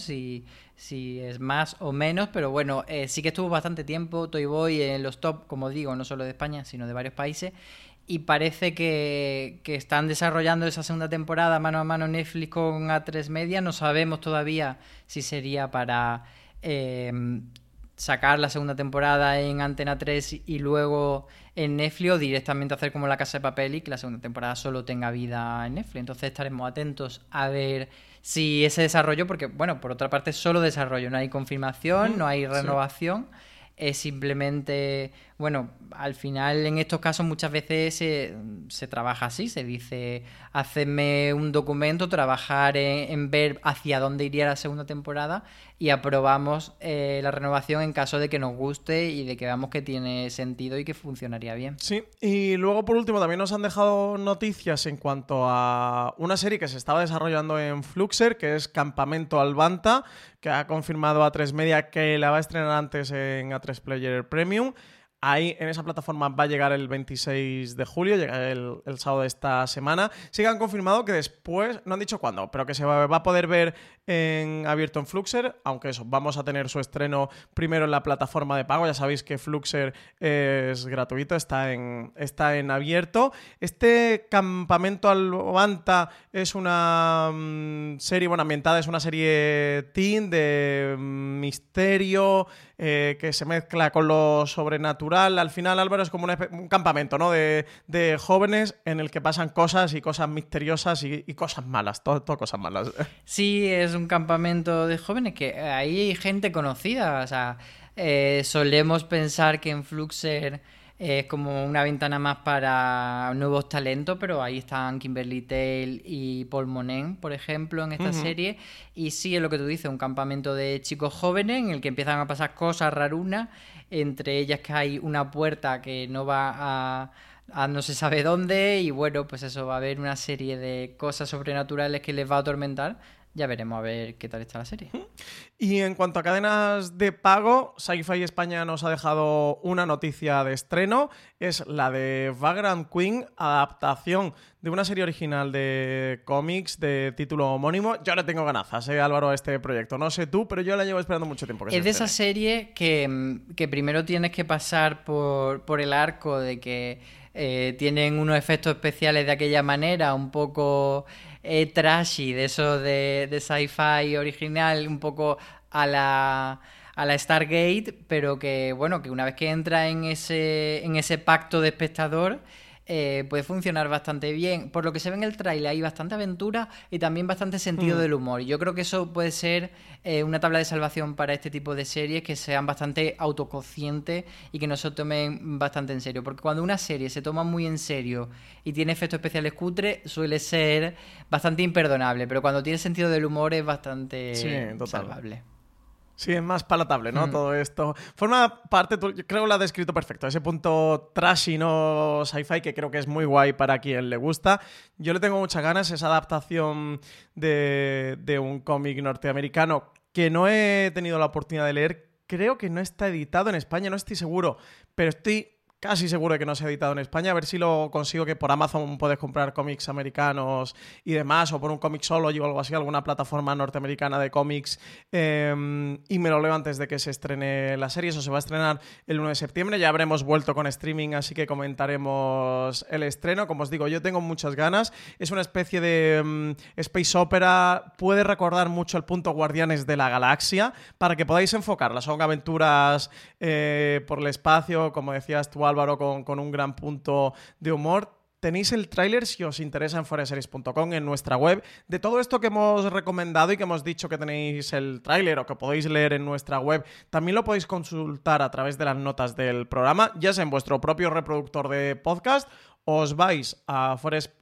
si es más o menos, pero bueno, sí que estuvo bastante tiempo Toy Boy en los top, como digo, no solo de España, sino de varios países, y parece que están desarrollando esa segunda temporada mano a mano Netflix con A3 Media. No sabemos todavía si sería para... sacar la segunda temporada en Antena 3 y luego en Netflix, o directamente hacer como La Casa de Papel y que la segunda temporada solo tenga vida en Netflix. Entonces estaremos atentos a ver si ese desarrollo, porque bueno, por otra parte solo desarrollo, no hay confirmación, no hay renovación, es simplemente, bueno, al final en estos casos muchas veces se trabaja así, se dice, hacedme un documento, trabajar en ver hacia dónde iría la segunda temporada y aprobamos la renovación en caso de que nos guste y de que veamos que tiene sentido y que funcionaría bien. Sí, y luego por último también nos han dejado noticias en cuanto a una serie que se estaba desarrollando en Fluxer, que es Campamento Albanta, que ha confirmado A3 Media que la va a estrenar antes en A3 Player Premium. Ahí, en esa plataforma, va a llegar el 26 de julio, llega el sábado de esta semana. Sí que han confirmado que después, no han dicho cuándo, pero que se va a poder ver en abierto en Fluxer, aunque eso, vamos a tener su estreno primero en la plataforma de pago. Ya sabéis que Fluxer es gratuito, está en abierto. Este Campamento Albanta es una serie, bueno, ambientada, es una serie teen de misterio, que se mezcla con lo sobrenatural. Al final, Álvaro, es como un campamento, ¿no?, de jóvenes en el que pasan cosas y cosas misteriosas y cosas malas, todo cosas malas. Sí, es un campamento de jóvenes que ahí hay gente conocida, o sea, solemos pensar que en Fluxer es como una ventana más para nuevos talentos, pero ahí están Kimberly Tale y Paul Monen, por ejemplo, en esta serie, y sí, es lo que tú dices, un campamento de chicos jóvenes en el que empiezan a pasar cosas rarunas, entre ellas que hay una puerta que no va a no se sabe dónde, y bueno, pues eso, va a haber una serie de cosas sobrenaturales que les va a atormentar. Ya veremos a ver qué tal está la serie. Y en cuanto a cadenas de pago, Sci-Fi España nos ha dejado una noticia de estreno. Es la de Vagrant Queen, adaptación de una serie original de cómics de título homónimo. Yo le tengo ganazas, Álvaro, a este proyecto. No sé tú, pero yo la llevo esperando mucho tiempo. Es de esa serie que primero tienes que pasar por el arco de que tienen unos efectos especiales de aquella manera, un poco trashy, de eso de sci-fi original, un poco a la Stargate, pero que bueno, que una vez que entra en ese pacto de espectador, puede funcionar bastante bien. Por lo que se ve en el tráiler hay bastante aventura y también bastante sentido del humor. Y yo creo que eso puede ser una tabla de salvación para este tipo de series, que sean bastante autoconscientes y que no se tomen bastante en serio. Porque cuando una serie se toma muy en serio y tiene efectos especiales cutres, suele ser bastante imperdonable. Pero cuando tiene sentido del humor es bastante salvable. Sí, es más palatable, ¿no? Todo esto. Forma parte, yo creo que lo has descrito perfecto, ese punto trashy, ¿no? Sci-fi, que creo que es muy guay para quien le gusta. Yo le tengo muchas ganas, esa adaptación de un cómic norteamericano que no he tenido la oportunidad de leer. Creo que no está editado en España, no estoy seguro, pero estoy casi seguro de que no se ha editado en España. A ver si lo consigo, que por Amazon puedes comprar cómics americanos y demás, o por un cómic solo o algo así, alguna plataforma norteamericana de cómics, y me lo leo antes de que se estrene la serie. Eso se va a estrenar el 1 de septiembre. Ya habremos vuelto con streaming, así que comentaremos el estreno. Como os digo, yo tengo muchas ganas. Es una especie de space opera. Puede recordar mucho el punto Guardianes de la Galaxia, para que podáis enfocarla. Son aventuras por el espacio, como decías tú, Álvaro, con un gran punto de humor. Tenéis el tráiler, si os interesa, en foradeseries.com, en nuestra web. De todo esto que hemos recomendado y que hemos dicho que tenéis el tráiler o que podéis leer en nuestra web, también lo podéis consultar a través de las notas del programa, ya sea en vuestro propio reproductor de podcast. Os vais a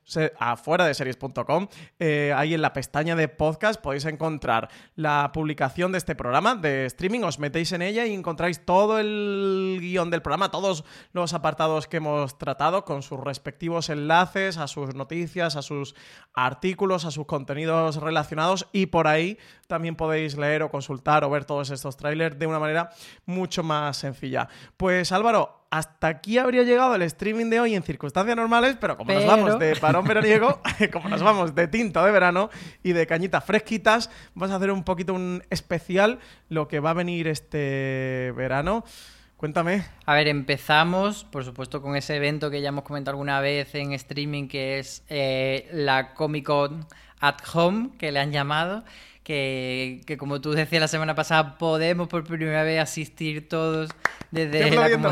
foradeseries.com, ahí en la pestaña de podcast podéis encontrar la publicación de este programa de streaming. Os metéis en ella y encontráis todo el guión del programa, todos los apartados que hemos tratado, con sus respectivos enlaces a sus noticias, a sus artículos, a sus contenidos relacionados, y por ahí también podéis leer o consultar o ver todos estos trailers de una manera mucho más sencilla. Pues Álvaro, hasta aquí habría llegado el streaming de hoy en circunstancias normales, pero como nos vamos de parón veraniego, como nos vamos de tinto de verano y de cañitas fresquitas, vamos a hacer un poquito un especial, lo que va a venir este verano. Cuéntame. A ver, empezamos, por supuesto, con ese evento que ya hemos comentado alguna vez en streaming, que es la Comic Con at Home, que le han llamado. Que como tú decías la semana pasada, podemos por primera vez asistir todos desde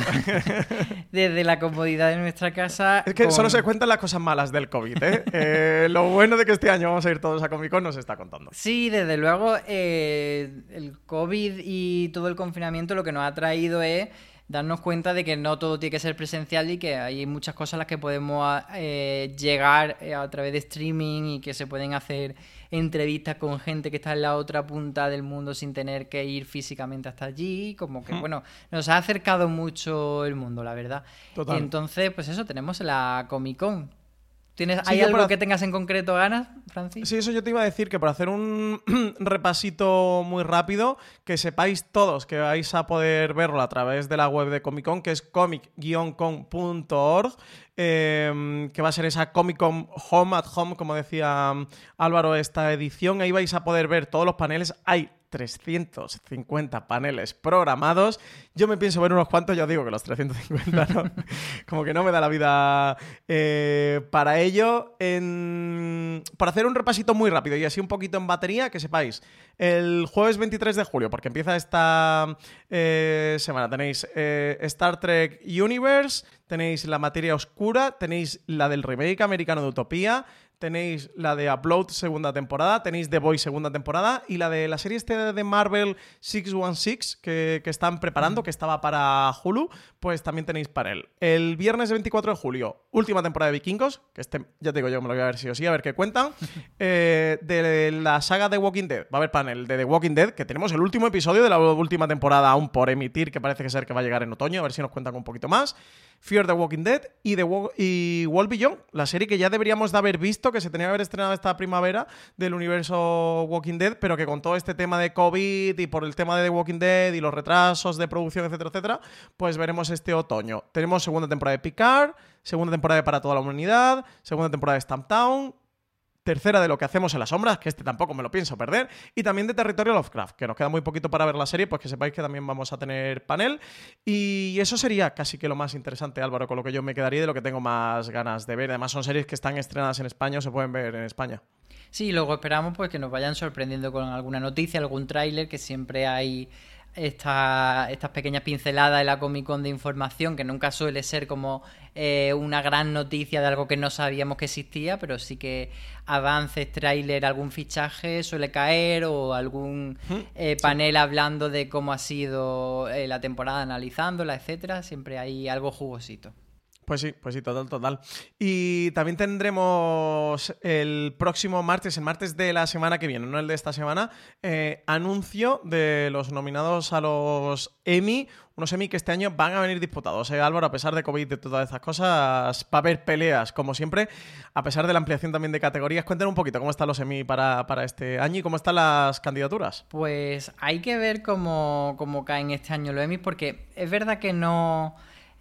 la comodidad de nuestra casa. Es que solo se cuentan las cosas malas del COVID, ¿eh? Lo bueno de que este año vamos a ir todos a Comic Con nos está contando. Sí, desde luego, el COVID y todo el confinamiento lo que nos ha traído es darnos cuenta de que no todo tiene que ser presencial y que hay muchas cosas a las que podemos llegar a través de streaming, y que se pueden hacer entrevistas con gente que está en la otra punta del mundo sin tener que ir físicamente hasta allí. Como que, bueno, nos ha acercado mucho el mundo, la verdad. Total. Y entonces, pues eso, tenemos la Comic Con. ¿Hay algo que tengas en concreto ganas, Francis? Sí, eso yo te iba a decir, que por hacer un repasito muy rápido, que sepáis todos que vais a poder verlo a través de la web de Comic Con, que es comic-con.org, que va a ser esa Comic Con Home at Home, como decía Álvaro, esta edición. Ahí vais a poder ver todos los paneles. Hay 350 paneles programados. Yo me pienso ver unos cuantos, ya os digo que los 350 no, como que no me da la vida para ello. Por hacer un repasito muy rápido y así un poquito en batería, que sepáis, el jueves 23 de julio, porque empieza esta semana, tenéis Star Trek Universe, tenéis La Materia Oscura, tenéis la del remake americano de Utopía, tenéis la de Upload segunda temporada, tenéis The Boys segunda temporada, y la de la serie de Marvel 616 que están preparando, que estaba para Hulu, pues también tenéis panel. El viernes 24 de julio, última temporada de Vikingos, que ya te digo yo, me lo voy a ver sí o sí, a ver qué cuentan. De la saga de Walking Dead, va a haber panel de The Walking Dead, que tenemos el último episodio de la última temporada aún por emitir, que parece que va a llegar en otoño, a ver si nos cuentan un poquito más. Fear the Walking Dead y World Beyond, la serie que ya deberíamos de haber visto, que se tenía que haber estrenado esta primavera, del universo Walking Dead, pero que con todo este tema de COVID y por el tema de The Walking Dead y los retrasos de producción, etcétera, etcétera, pues veremos este otoño. Tenemos segunda temporada de Picard, segunda temporada de Para Toda la Humanidad, segunda temporada de Stamptown, tercera de Lo que hacemos en las sombras, que tampoco me lo pienso perder, y también de Territorio Lovecraft, que nos queda muy poquito para ver la serie, pues que sepáis que también vamos a tener panel. Y eso sería casi que lo más interesante, Álvaro, con lo que yo me quedaría y de lo que tengo más ganas de ver. Además son series que están estrenadas en España o se pueden ver en España. Sí, luego esperamos pues que nos vayan sorprendiendo con alguna noticia, algún tráiler, que siempre hay estas pequeñas pinceladas de la Comic Con de información, que nunca suele ser como una gran noticia de algo que no sabíamos que existía, pero sí que avances, tráiler, algún fichaje suele caer, o algún panel hablando de cómo ha sido la temporada, analizándola, etcétera. Siempre hay algo jugosito. Pues sí, total. Y también tendremos el próximo martes, el martes de la semana que viene, no el de esta semana, anuncio de los nominados a los Emmy, unos Emmy que este año van a venir disputados. Álvaro, a pesar de COVID y de todas estas cosas, va a haber peleas, como siempre, a pesar de la ampliación también de categorías. Cuéntanos un poquito cómo están los Emmy para este año y cómo están las candidaturas. Pues hay que ver cómo caen este año los Emmy, porque es verdad que no...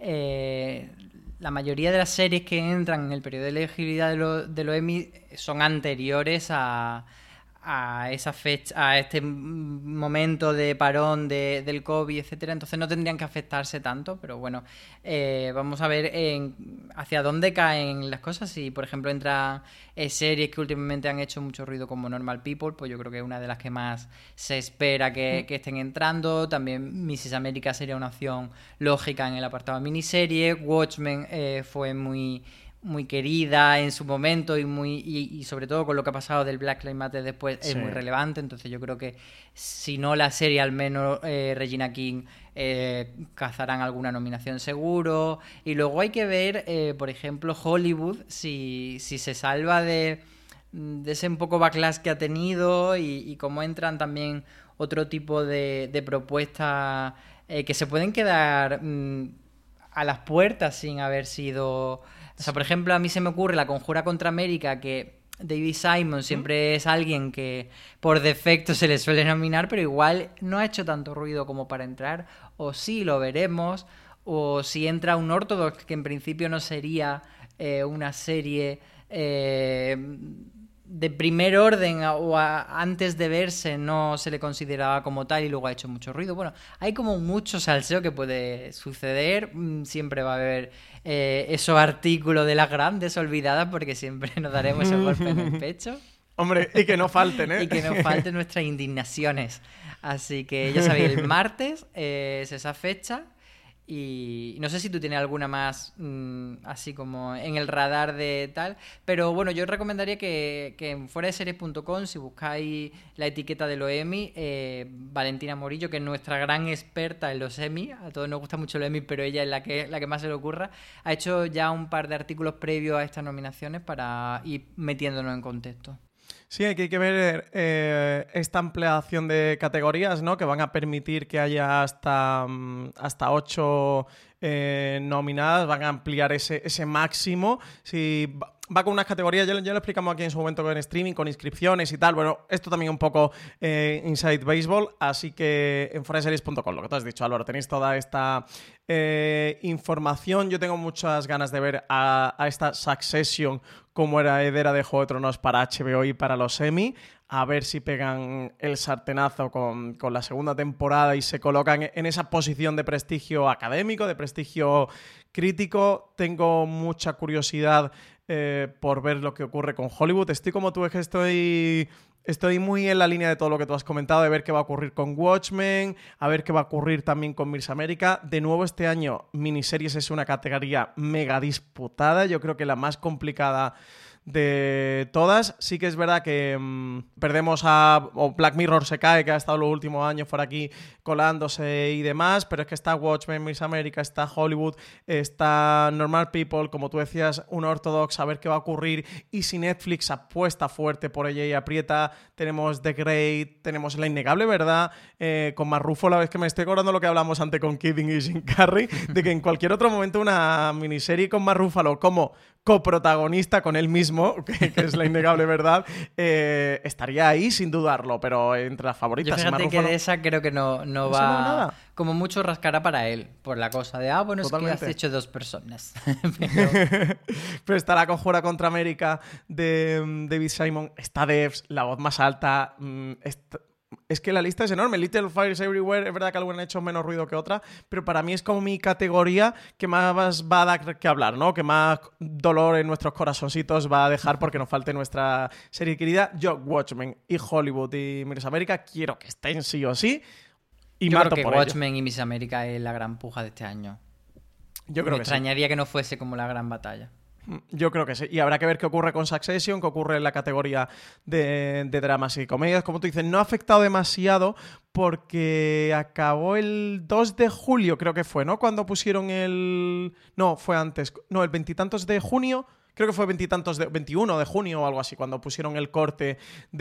la mayoría de las series que entran en el periodo de elegibilidad de los Emmy son anteriores a esa fecha, a este momento de parón del COVID, etcétera. Entonces no tendrían que afectarse tanto, pero bueno, vamos a ver hacia dónde caen las cosas. Si, por ejemplo, entran series que últimamente han hecho mucho ruido como Normal People, pues yo creo que es una de las que más se espera que estén entrando. También Mrs. America sería una opción lógica en el apartado de miniserie. Watchmen fue muy querida en su momento y sobre todo con lo que ha pasado del Black Lives Matter después es muy relevante. Entonces yo creo que si no la serie, al menos Regina King cazarán alguna nominación seguro. Y luego hay que ver, por ejemplo, Hollywood, si se salva de ese un poco backlash que ha tenido y cómo entran también otro tipo de propuestas que se pueden quedar a las puertas sin haber sido... O sea, por ejemplo, a mí se me ocurre La Conjura contra América, que David Simon siempre es alguien que por defecto se le suele nominar, pero igual no ha hecho tanto ruido como para entrar, o sí, lo veremos, o si entra un Orthodox, que en principio no sería una serie de primer orden o antes de verse no se le consideraba como tal y luego ha hecho mucho ruido. Bueno, hay como mucho salseo que puede suceder. Siempre va a haber esos artículos de las grandes olvidadas, porque siempre nos daremos ese golpe en el pecho. Hombre, y que no falten, ¿eh? Y que no falten nuestras indignaciones. Así que ya sabéis, el martes es esa fecha. Y no sé si tú tienes alguna más así como en el radar de tal, pero bueno, yo recomendaría que en fueradeseries.com, si buscáis la etiqueta de los Emmy, Valentina Morillo, que es nuestra gran experta en los Emmy, a todos nos gusta mucho los Emmy, pero ella es la que más se le ocurra, ha hecho ya un par de artículos previos a estas nominaciones para ir metiéndonos en contexto. Sí, hay que ver esta ampliación de categorías, ¿no? Que van a permitir que haya hasta 8 nominadas, van a ampliar ese máximo. Si va con unas categorías, ya lo explicamos aquí en su momento con streaming, con inscripciones y tal. Bueno, esto también un poco Inside Baseball, así que en fueradeseries.com, lo que tú has dicho, Álvaro, tenéis toda esta información. Yo tengo muchas ganas de ver a esta Succession como era heredera de Juego de Tronos para HBO y para los Emmy, a ver si pegan el sartenazo con la segunda temporada y se colocan en esa posición de prestigio académico, de prestigio crítico. Tengo mucha curiosidad por ver lo que ocurre con Hollywood. Estoy como tú, es que estoy muy en la línea de todo lo que tú has comentado, de ver qué va a ocurrir con Watchmen, a ver qué va a ocurrir también con Mrs. America. De nuevo, este año miniseries es una categoría mega disputada, yo creo que la más complicada de todas. Sí que es verdad que perdemos o Black Mirror se cae, que ha estado los últimos años por aquí colándose y demás, pero es que está Watchmen, Miss America, está Hollywood, está Normal People, como tú decías, un Orthodox, a ver qué va a ocurrir, y si Netflix apuesta fuerte por ella y aprieta, tenemos The Great, tenemos La Innegable Verdad, con Mark Ruffalo. La vez que me estoy acordando lo que hablamos antes con Kidding y Jim Carrey, de que en cualquier otro momento una miniserie con Mark Ruffalo como coprotagonista con él mismo, que es La Innegable Verdad, estaría ahí sin dudarlo, pero entre las favoritas. Yo fíjate que de esa creo que no va nada. Como mucho rascará para él, por la cosa de, bueno, totalmente. Es que has hecho 2 personas. Pero está La Conjura contra América de David Simon, está Devs, la voz más alta, es que la lista es enorme. Little Fires Everywhere, es verdad que alguna ha hecho menos ruido que otra, pero para mí es como mi categoría que más va a dar que hablar, ¿no? Que más dolor en nuestros corazoncitos va a dejar porque nos falte nuestra serie querida. Yo, Watchmen y Hollywood y Miss America quiero que estén sí o sí. Y yo mato creo que por Watchmen y Miss América es la gran puja de este año. Yo creo Me extrañaría que no fuese como la gran batalla. Yo creo que sí. Y habrá que ver qué ocurre con Succession, qué ocurre en la categoría de dramas y comedias. Como tú dices, no ha afectado demasiado porque acabó el 2 de julio, creo que fue, ¿no? Cuando pusieron el... No, fue antes. No, el 20 y tantos de junio... Creo que fue 21 de junio o algo así, cuando pusieron el corte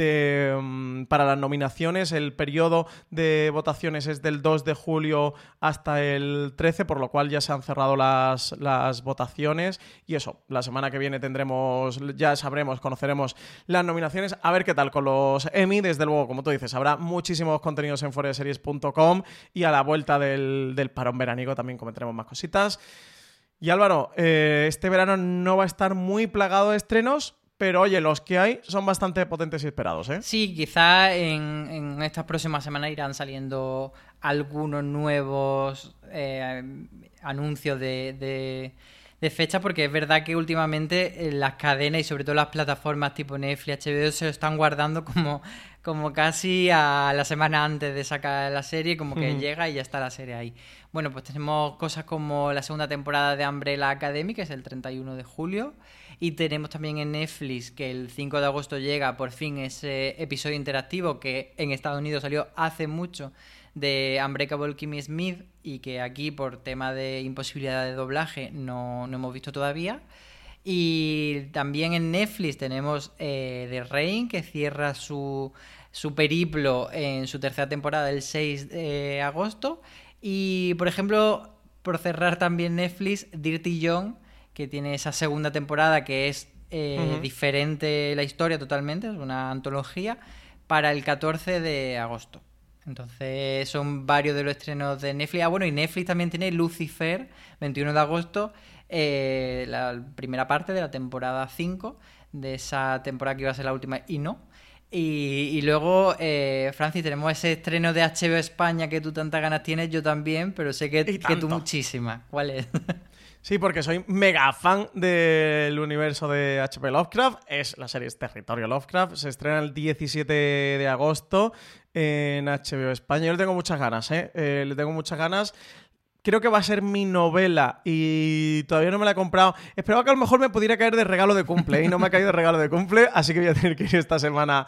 para las nominaciones. El periodo de votaciones es del 2 de julio hasta el 13, por lo cual ya se han cerrado las votaciones. Y eso, la semana que viene ya conoceremos las nominaciones. A ver qué tal con los Emmy. Desde luego, como tú dices, habrá muchísimos contenidos en fueradeseries.com y a la vuelta del parón veraniego también comentaremos más cositas. Y Álvaro, este verano no va a estar muy plagado de estrenos, pero oye, los que hay son bastante potentes y esperados, ¿eh? Sí, quizá en estas próximas semanas irán saliendo algunos nuevos anuncios de fecha, porque es verdad que últimamente las cadenas y sobre todo las plataformas tipo Netflix, HBO se lo están guardando como casi a la semana antes de sacar la serie, como que llega y ya está la serie ahí. Bueno, pues tenemos cosas como la segunda temporada de Umbrella Academy, que es el 31 de julio, y tenemos también en Netflix que el 5 de agosto llega por fin ese episodio interactivo que en Estados Unidos salió hace mucho, de Unbreakable Kimmy Smith, y que aquí por tema de imposibilidad de doblaje no hemos visto todavía. Y también en Netflix tenemos The Rain, que cierra su periplo en su tercera temporada el 6 de agosto. Y, por ejemplo, por cerrar también Netflix, Dirty John, que tiene esa segunda temporada que es diferente la historia totalmente, es una antología, para el 14 de agosto. Entonces son varios de los estrenos de Netflix. Bueno, y Netflix también tiene Lucifer, 21 de agosto, la primera parte de la temporada 5, de esa temporada que iba a ser la última y no. Y luego, Francis, tenemos ese estreno de HBO España que tú tantas ganas tienes, yo también, pero sé que tú muchísimas. ¿Cuál es? Sí, porque soy mega fan del universo de H.P. Lovecraft. La serie es Territorio Lovecraft. Se estrena el 17 de agosto en HBO España. Yo le tengo muchas ganas, le tengo muchas ganas. Creo que va a ser mi novela y todavía no me la he comprado. Esperaba que a lo mejor me pudiera caer de regalo de cumple y no me ha caído de regalo de cumple, así que voy a tener que ir esta semana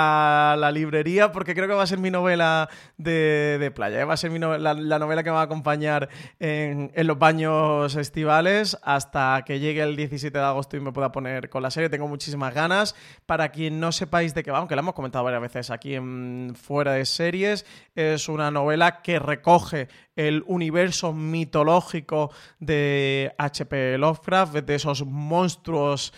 a la librería porque creo que va a ser mi novela de playa. Va a ser la novela que me va a acompañar en los baños estivales hasta que llegue el 17 de agosto y me pueda poner con la serie. Tengo muchísimas ganas. Para quien no sepáis de qué va, aunque la hemos comentado varias veces aquí en Fuera de Series, es una novela que recoge el universo mitológico de H.P. Lovecraft, de esos monstruos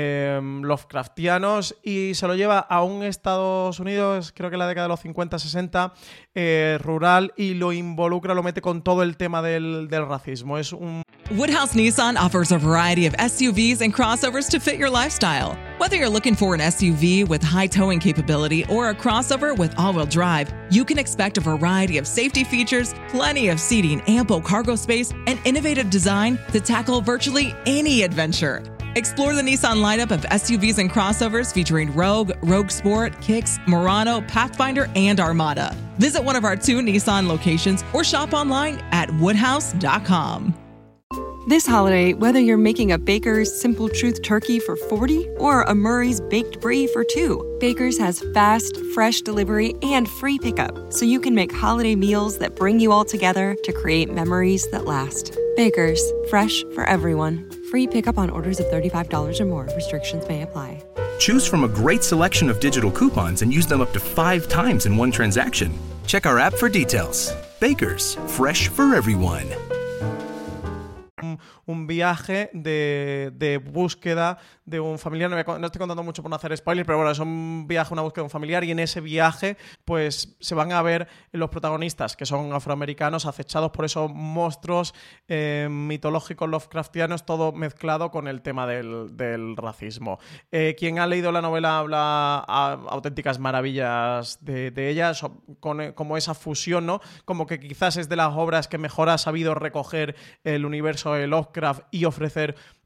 Lovecraftianos, y se lo lleva a un Estados Unidos, creo que en la década de los 50-60, rural, y lo mete con todo el tema del racismo. Es un... Woodhouse Nissan offers a variety of SUVs and crossovers to fit your lifestyle. Whether you're looking for an SUV with high towing capability or a crossover with all-wheel drive, you can expect a variety of safety features, plenty of seating, ample cargo space, and innovative design to tackle virtually any adventure. Explore the Nissan lineup of SUVs and crossovers featuring Rogue, Rogue Sport, Kicks, Murano, Pathfinder, and Armada. Visit one of our 2 Nissan locations or shop online at woodhouse.com. This holiday, whether you're making a Baker's Simple Truth turkey for 40 or a Murray's Baked Brie for 2, Baker's has fast, fresh delivery and free pickup, so you can make holiday meals that bring you all together to create memories that last. Baker's, fresh for everyone. Free pickup on orders of $35 or more. Restrictions may apply. Choose from a great selection of digital coupons and use them up to 5 times in one transaction. Check our app for details. Baker's, fresh for everyone. Un viaje de búsqueda de un familiar. No estoy contando mucho por no hacer spoilers, pero bueno, es un viaje, una búsqueda de un familiar, y en ese viaje pues se van a ver los protagonistas, que son afroamericanos, acechados por esos monstruos mitológicos Lovecraftianos, todo mezclado con el tema del racismo. Quien ha leído la novela habla auténticas maravillas de ella, como esa fusión, ¿no? Como que quizás es de las obras que mejor ha sabido recoger el universo de Lovecraft y ofrecer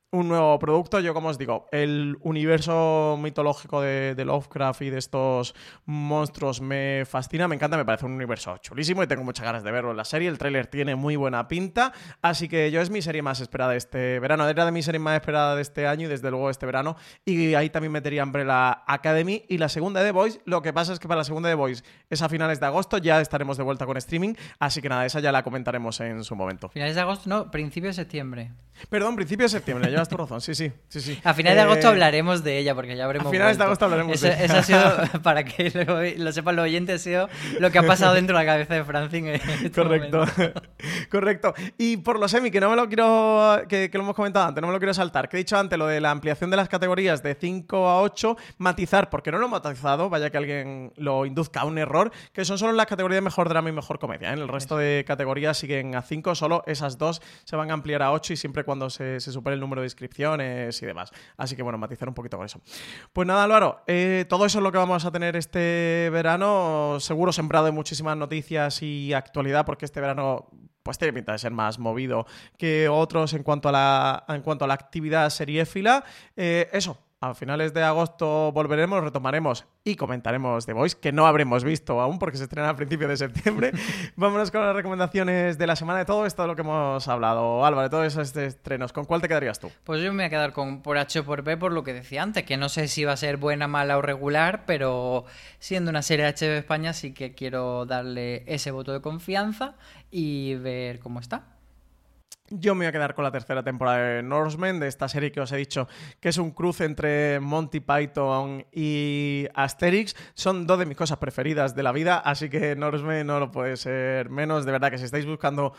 un nuevo producto. Yo, como os digo, el universo mitológico de Lovecraft y de estos monstruos me fascina, me encanta, me parece un universo chulísimo y tengo muchas ganas de verlo en la serie. El tráiler tiene muy buena pinta, así que yo es mi serie más esperada de este verano. Era de mi serie más esperada de este año y desde luego este verano. Y ahí también metería Umbrella Academy y la segunda de The Voice. Lo que pasa es que para la segunda de The Voice es a finales de agosto, ya estaremos de vuelta con streaming, así que nada, esa ya la comentaremos en su momento. Finales de agosto, no, principio de septiembre. Perdón, principio de septiembre, llevas tu razón, sí. A finales de agosto hablaremos de ella, porque ya habremos A finales de agosto hablaremos de ella. Eso ha sido, para que lo sepan los oyentes, ha sido lo que ha pasado dentro de la cabeza de Francine en este Correcto, correcto. Y por los Emmy, que no me lo quiero, que lo hemos comentado antes, no me lo quiero saltar, que he dicho antes lo de la ampliación de las categorías de 5 a 8, matizar, porque no lo he matizado, vaya que alguien lo induzca a un error, que son solo las categorías de mejor drama y mejor comedia, ¿eh? En el resto de categorías siguen a 5, solo esas dos se van a ampliar a 8 y siempre cuando se supere el número de inscripciones y demás. Así que bueno, matizar un poquito con eso. Pues nada, Álvaro, todo eso es lo que vamos a tener este verano, seguro sembrado de muchísimas noticias y actualidad, porque este verano pues tiene pinta de ser más movido que otros en cuanto a la actividad seriéfila. Eso. A finales de agosto volveremos, retomaremos y comentaremos The Voice, que no habremos visto aún porque se estrena a principios de septiembre. Vámonos con las recomendaciones de la semana, de todo esto de lo que hemos hablado. Álvaro, de todos esos estrenos, ¿con cuál te quedarías tú? Pues yo me voy a quedar con por H o por B, por lo que decía antes, que no sé si va a ser buena, mala o regular, pero siendo una serie de HBO España sí que quiero darle ese voto de confianza y ver cómo está. Yo me voy a quedar con la tercera temporada de Norsemen, de esta serie que os he dicho que es un cruce entre Monty Python y Asterix. Son dos de mis cosas preferidas de la vida, así que Norsemen no lo puede ser menos. De verdad que si estáis buscando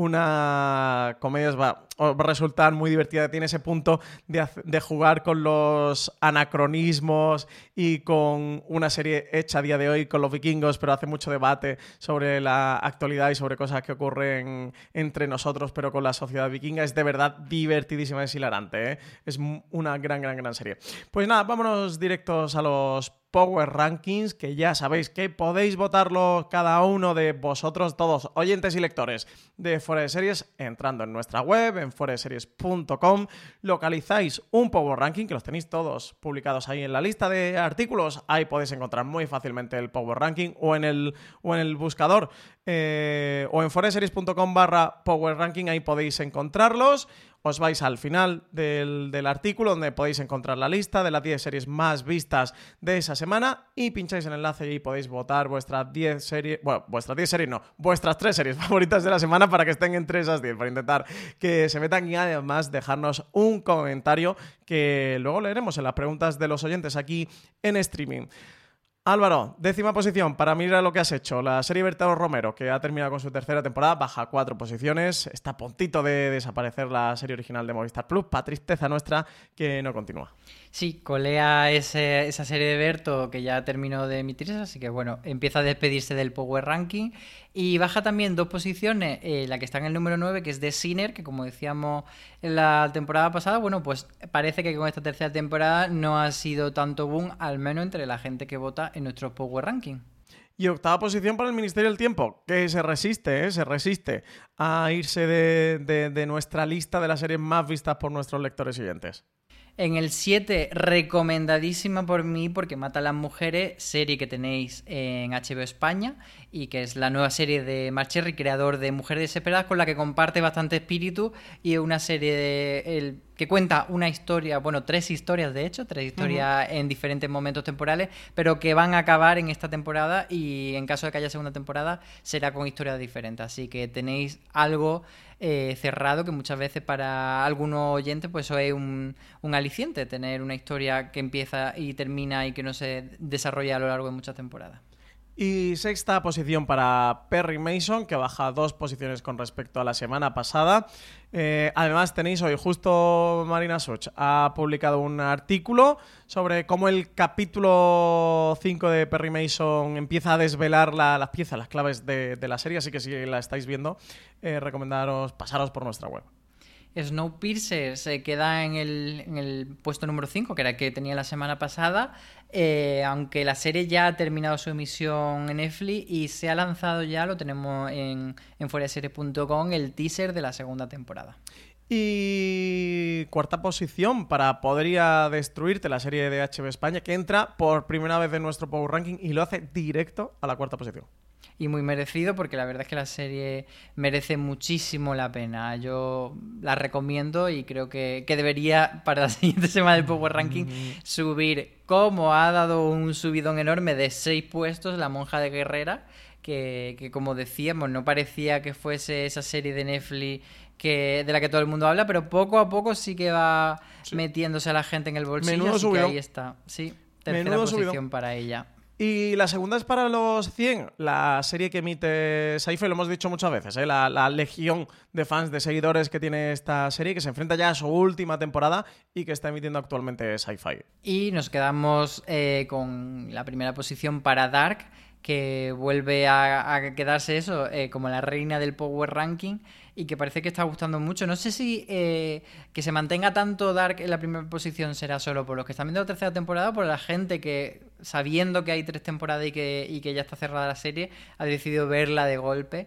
una comedia os va a resultar muy divertida. Tiene ese punto de jugar con los anacronismos y con una serie hecha a día de hoy con los vikingos, pero hace mucho debate sobre la actualidad y sobre cosas que ocurren entre nosotros, pero con la sociedad vikinga. Es de verdad divertidísima, es hilarante, ¿eh? Es una gran serie. Pues nada, vámonos directos a los Power Rankings, que ya sabéis que podéis votarlo cada uno de vosotros, todos oyentes y lectores de Fuera de Series, entrando en nuestra web, en fueradeseries.com, localizáis un Power Ranking, que los tenéis todos publicados ahí en la lista de artículos. Ahí podéis encontrar muy fácilmente el Power Ranking o en el buscador o en fueradeseries.com/Power Ranking, ahí podéis encontrarlos. Os vais al final del artículo donde podéis encontrar la lista de las 10 series más vistas de esa semana y pincháis el enlace y ahí podéis votar vuestras 10 series, bueno, vuestras 10 series no, vuestras 3 series favoritas de la semana para que estén entre esas 10, para intentar que se metan y además dejarnos un comentario que luego leeremos en las preguntas de los oyentes aquí en streaming. Álvaro, 10ª posición, para mí era lo que has hecho. La serie Bertado Romero, que ha terminado con su tercera temporada, baja 4 posiciones. Está a puntito de desaparecer la serie original de Movistar Plus, para tristeza nuestra, que no continúa. Sí, colea esa serie de Berto que ya terminó de emitirse, así que bueno, empieza a despedirse del Power Ranking y baja también 2 posiciones, la que está en el número 9, que es The Sinner, que como decíamos en la temporada pasada, bueno, pues parece que con esta tercera temporada no ha sido tanto boom, al menos entre la gente que vota en nuestro Power Ranking. Y 8ª posición para el Ministerio del Tiempo, que se resiste a irse de nuestra lista de las series más vistas por nuestros lectores y oyentes. En el 7, recomendadísima por mí porque Mata a las mujeres, serie que tenéis en HBO España y que es la nueva serie de Marc Cherry, creador de Mujeres Desesperadas, con la que comparte bastante espíritu y es una serie que cuenta una historia, bueno, 3 historias de hecho, 3 historias en diferentes momentos temporales, pero que van a acabar en esta temporada y en caso de que haya segunda temporada será con historias diferentes, así que tenéis algo cerrado que muchas veces para algunos oyentes pues eso es un aliciente, tener una historia que empieza y termina y que no se desarrolla a lo largo de muchas temporadas. Y 6ª posición para Perry Mason, que baja 2 posiciones con respecto a la semana pasada. Además tenéis hoy, justo Marina Such ha publicado un artículo sobre cómo el capítulo 5 de Perry Mason empieza a desvelar las piezas, las claves de la serie, así que si la estáis viendo, recomendaros pasaros por nuestra web. Snowpiercer se queda en el puesto número 5, que era el que tenía la semana pasada, aunque la serie ya ha terminado su emisión en Netflix y se ha lanzado ya, lo tenemos en fueradeseries.com, el teaser de la segunda temporada. Y cuarta posición para Podría Destruirte, la serie de HBO España, que entra por primera vez en nuestro Power Ranking y lo hace directo a la cuarta posición. Y muy merecido, porque la verdad es que la serie merece muchísimo la pena. Yo la recomiendo y creo que debería, para la siguiente semana del Power Ranking, subir, como ha dado un subidón enorme de 6 puestos, La monja de Guerrera, que como decíamos, no parecía que fuese esa serie de Netflix de la que todo el mundo habla, pero poco a poco sí que va metiéndose a la gente en el bolsillo. Menudo así subidón. Que ahí está. Sí, tercera Menudo posición subidón para ella. Y la segunda es para los 100, la serie que emite Syfy, lo hemos dicho muchas veces, la legión de fans, de seguidores que tiene esta serie, que se enfrenta ya a su última temporada y que está emitiendo actualmente Syfy. Y nos quedamos con la primera posición para Dark, que vuelve a quedarse eso, como la reina del Power Ranking, y que parece que está gustando mucho. No sé si que se mantenga tanto Dark en la primera posición será solo por los que están viendo la tercera temporada o por la gente que, sabiendo que hay 3 temporadas y que ya está cerrada la serie, ha decidido verla de golpe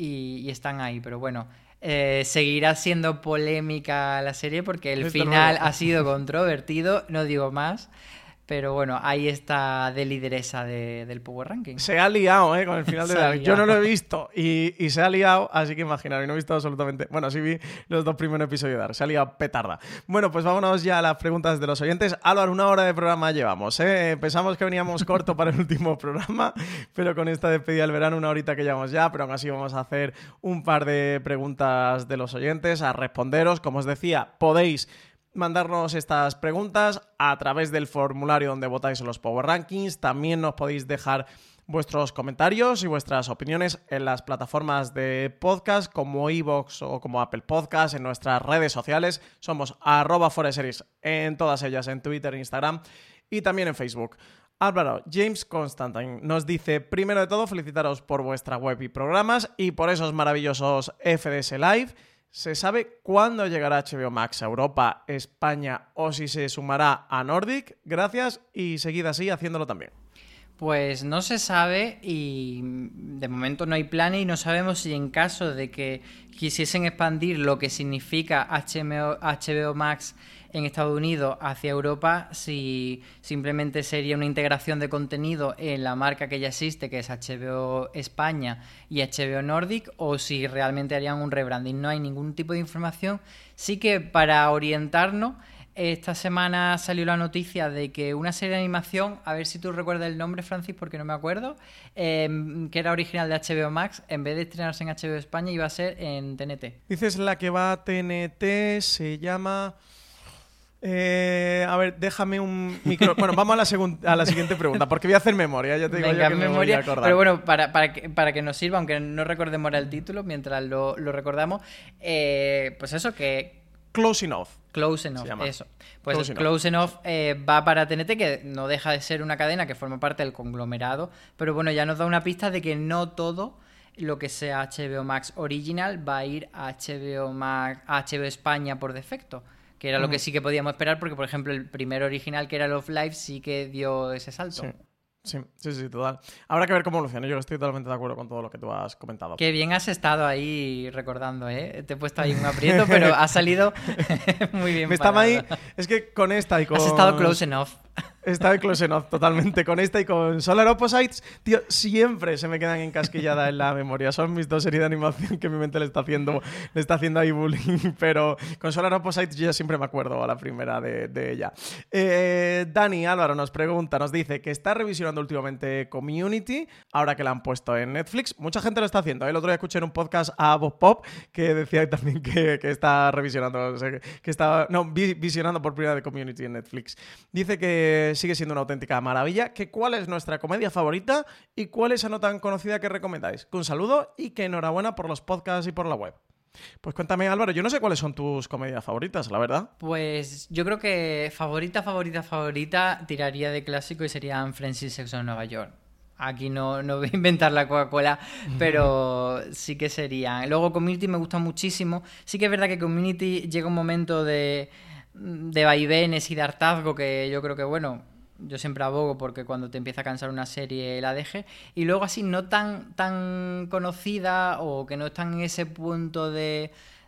y están ahí. Pero bueno, seguirá siendo polémica la serie porque el final ha sido controvertido, no digo más. Pero bueno, ahí está de lideresa del Power Ranking. Se ha liado, con el final de Dark. Yo no lo he visto y se ha liado, así que imaginaros, no he visto absolutamente... Bueno, sí vi los 2 primeros episodios de Dark. Se ha liado petarda. Bueno, pues vámonos ya a las preguntas de los oyentes. Álvaro, 1 hora de programa llevamos, Pensamos que veníamos corto para el último programa, pero con esta despedida del verano, 1 horita que llevamos ya, pero aún así vamos a hacer un par de preguntas de los oyentes a responderos. Como os decía, podéis mandarnos estas preguntas a través del formulario donde votáis en los Power Rankings. También nos podéis dejar vuestros comentarios y vuestras opiniones en las plataformas de podcast como iVoox o como Apple Podcast, en nuestras redes sociales. Somos @foreseries en todas ellas, en Twitter, Instagram y también en Facebook. Álvaro, James Constantine nos dice, primero de todo, felicitaros por vuestra web y programas y por esos maravillosos FDS Live. ¿Se sabe cuándo llegará HBO Max a Europa, España o si se sumará a Nordic? Gracias y seguid así haciéndolo también. Pues no se sabe y de momento no hay planes y no sabemos si en caso de que quisiesen expandir lo que significa HBO Max en Estados Unidos hacia Europa, si simplemente sería una integración de contenido en la marca que ya existe, que es HBO España y HBO Nordic, o si realmente harían un rebranding. No hay ningún tipo de información. Sí que para orientarnos, esta semana salió la noticia de que una serie de animación, a ver si tú recuerdas el nombre, Francis, porque no me acuerdo, que era original de HBO Max, en vez de estrenarse en HBO España iba a ser en TNT. Dices la que va a TNT, se llama... a ver, déjame un micro... Bueno, vamos a la siguiente pregunta, porque voy a hacer memoria, ya te digo. Venga, yo que memoria, me voy a acordar. Pero bueno, para que nos sirva, aunque no recordemos ahora el título, mientras lo recordamos, pues eso, que... Close Enough. Close Enough, eso. Pues Close Enough va para TNT, que no deja de ser una cadena que forma parte del conglomerado, pero bueno, ya nos da una pista de que no todo lo que sea HBO Max Original va a ir a HBO Max, a HBO España por defecto, que era lo que sí que podíamos esperar, porque por ejemplo el primer original, que era Love Live, sí que dio ese salto. Sí, total. Habrá que ver cómo evoluciona. Yo estoy totalmente de acuerdo con todo lo que tú has comentado. Qué bien has estado ahí recordando, ¿eh? Te he puesto ahí un aprieto, pero ha salido muy bien. Me estaba ahí... Es que con esta y con... Has estado close enough. Está close enough, totalmente. Con esta y con Solar Opposites, tío, siempre se me quedan encasquilladas en la memoria. Son mis 2 series de animación que mi mente le está haciendo ahí bullying. Pero con Solar Opposites yo siempre me acuerdo a la primera de ella. Dani Álvaro nos pregunta, nos dice que está revisionando últimamente Community, ahora que la han puesto en Netflix. Mucha gente lo está haciendo. El otro día escuché en un podcast a Bob Pop que decía también que está revisionando, o sea, que está visionando por primera vez Community en Netflix. Dice que sigue siendo una auténtica maravilla. ¿Cuál es nuestra comedia favorita y cuál es esa no tan conocida que recomendáis? Un saludo y que enhorabuena por los podcasts y por la web. Pues cuéntame, Álvaro, yo no sé cuáles son tus comedias favoritas, la verdad. Pues yo creo que favorita tiraría de clásico y serían Friends y Sexo en Nueva York. Aquí no voy a inventar la Coca-Cola, pero sí que serían. Luego Community me gusta muchísimo. Sí que es verdad que Community llega un momento de vaivenes y de hartazgo que yo creo que, bueno, yo siempre abogo porque cuando te empieza a cansar una serie la deje, y luego así no tan conocida o que no están en ese punto de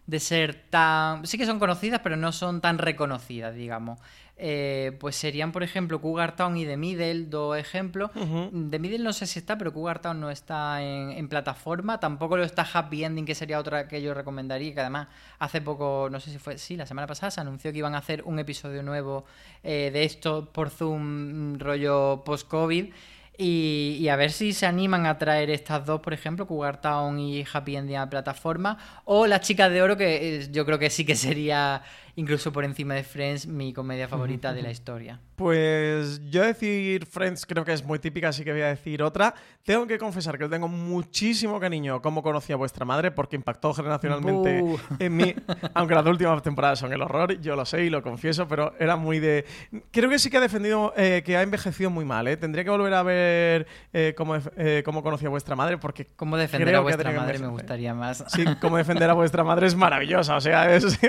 de ser tan... Sí que son conocidas, pero no son tan reconocidas, digamos. Pues serían, por ejemplo, Cougar Town y The Middle, dos ejemplos. The Middle no sé si está, pero Cougar Town no está en plataforma. Tampoco lo está Happy Ending, que sería otra que yo recomendaría, que además hace poco, no sé si fue, sí, la semana pasada se anunció que iban a hacer un episodio nuevo de esto por Zoom, rollo post-COVID. Y a ver si se animan a traer estas dos, por ejemplo, Cougar Town y Happy Ending a plataforma, o Las Chicas de Oro, que yo creo que sí que sería, incluso por encima de Friends, mi comedia favorita de la historia. Pues yo decir Friends creo que es muy típica, así que voy a decir otra. Tengo que confesar que tengo muchísimo cariño Cómo conocí a vuestra madre, porque impactó generacionalmente en mí, aunque las dos últimas temporadas son el horror, yo lo sé y lo confieso, pero era muy de... Creo que sí que ha defendido, que ha envejecido muy mal, ¿eh? Tendría que volver a ver Cómo conocí a vuestra madre, porque... Cómo defender a vuestra madre me gustaría más. Sí, Cómo defender a vuestra madre es maravillosa, o sea,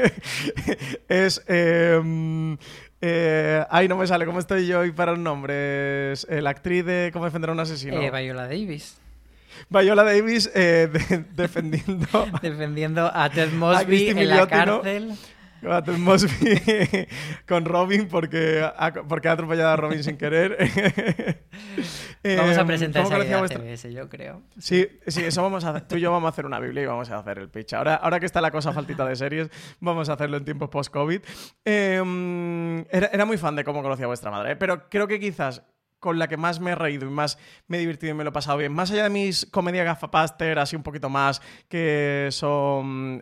ay, no me sale, ¿cómo estoy yo hoy para los nombres? La actriz de Cómo defender a un asesino. Viola Davis. Viola Davis defendiendo a Ted Mosby en la cárcel. A Ted Mosby con Robin porque ha atropellado a Robin sin querer. Vamos a presentar esa idea a CBS, yo creo. Sí, eso vamos a hacer. Tú y yo vamos a hacer una Biblia y vamos a hacer el pitch. Ahora que está la cosa faltita de series, vamos a hacerlo en tiempos post-COVID. Era muy fan de Cómo conocí a vuestra madre, pero creo que quizás con la que más me he reído y más me he divertido y me lo he pasado bien, más allá de mis comedias gafapaster, así un poquito más, que son,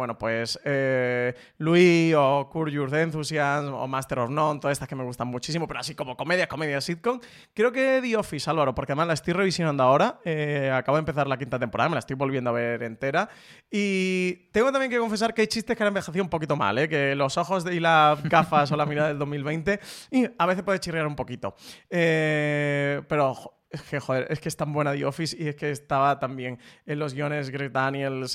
Louis o Curb Your Enthusiasm o Master of None, todas estas que me gustan muchísimo, pero así como comedia sitcom, creo que The Office, Álvaro, porque además la estoy revisionando ahora, acabo de empezar la 5ª temporada, me la estoy volviendo a ver entera, y tengo también que confesar que hay chistes que han envejecido un poquito mal, que los ojos y las gafas o la mirada del 2020, y a veces puede chirriar un poquito. Pero es que es tan buena The Office y es que estaba también en los guiones Greg Daniels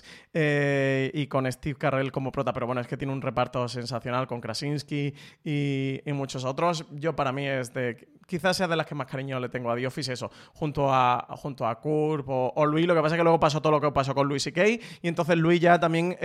y con Steve Carell como prota, pero bueno, es que tiene un reparto sensacional con Krasinski y muchos otros. Para mí quizás sea de las que más cariño le tengo a The Office, eso, junto a Curb o Louis. Lo que pasa es que luego pasó todo lo que pasó con Louis C.K. y entonces Louis ya también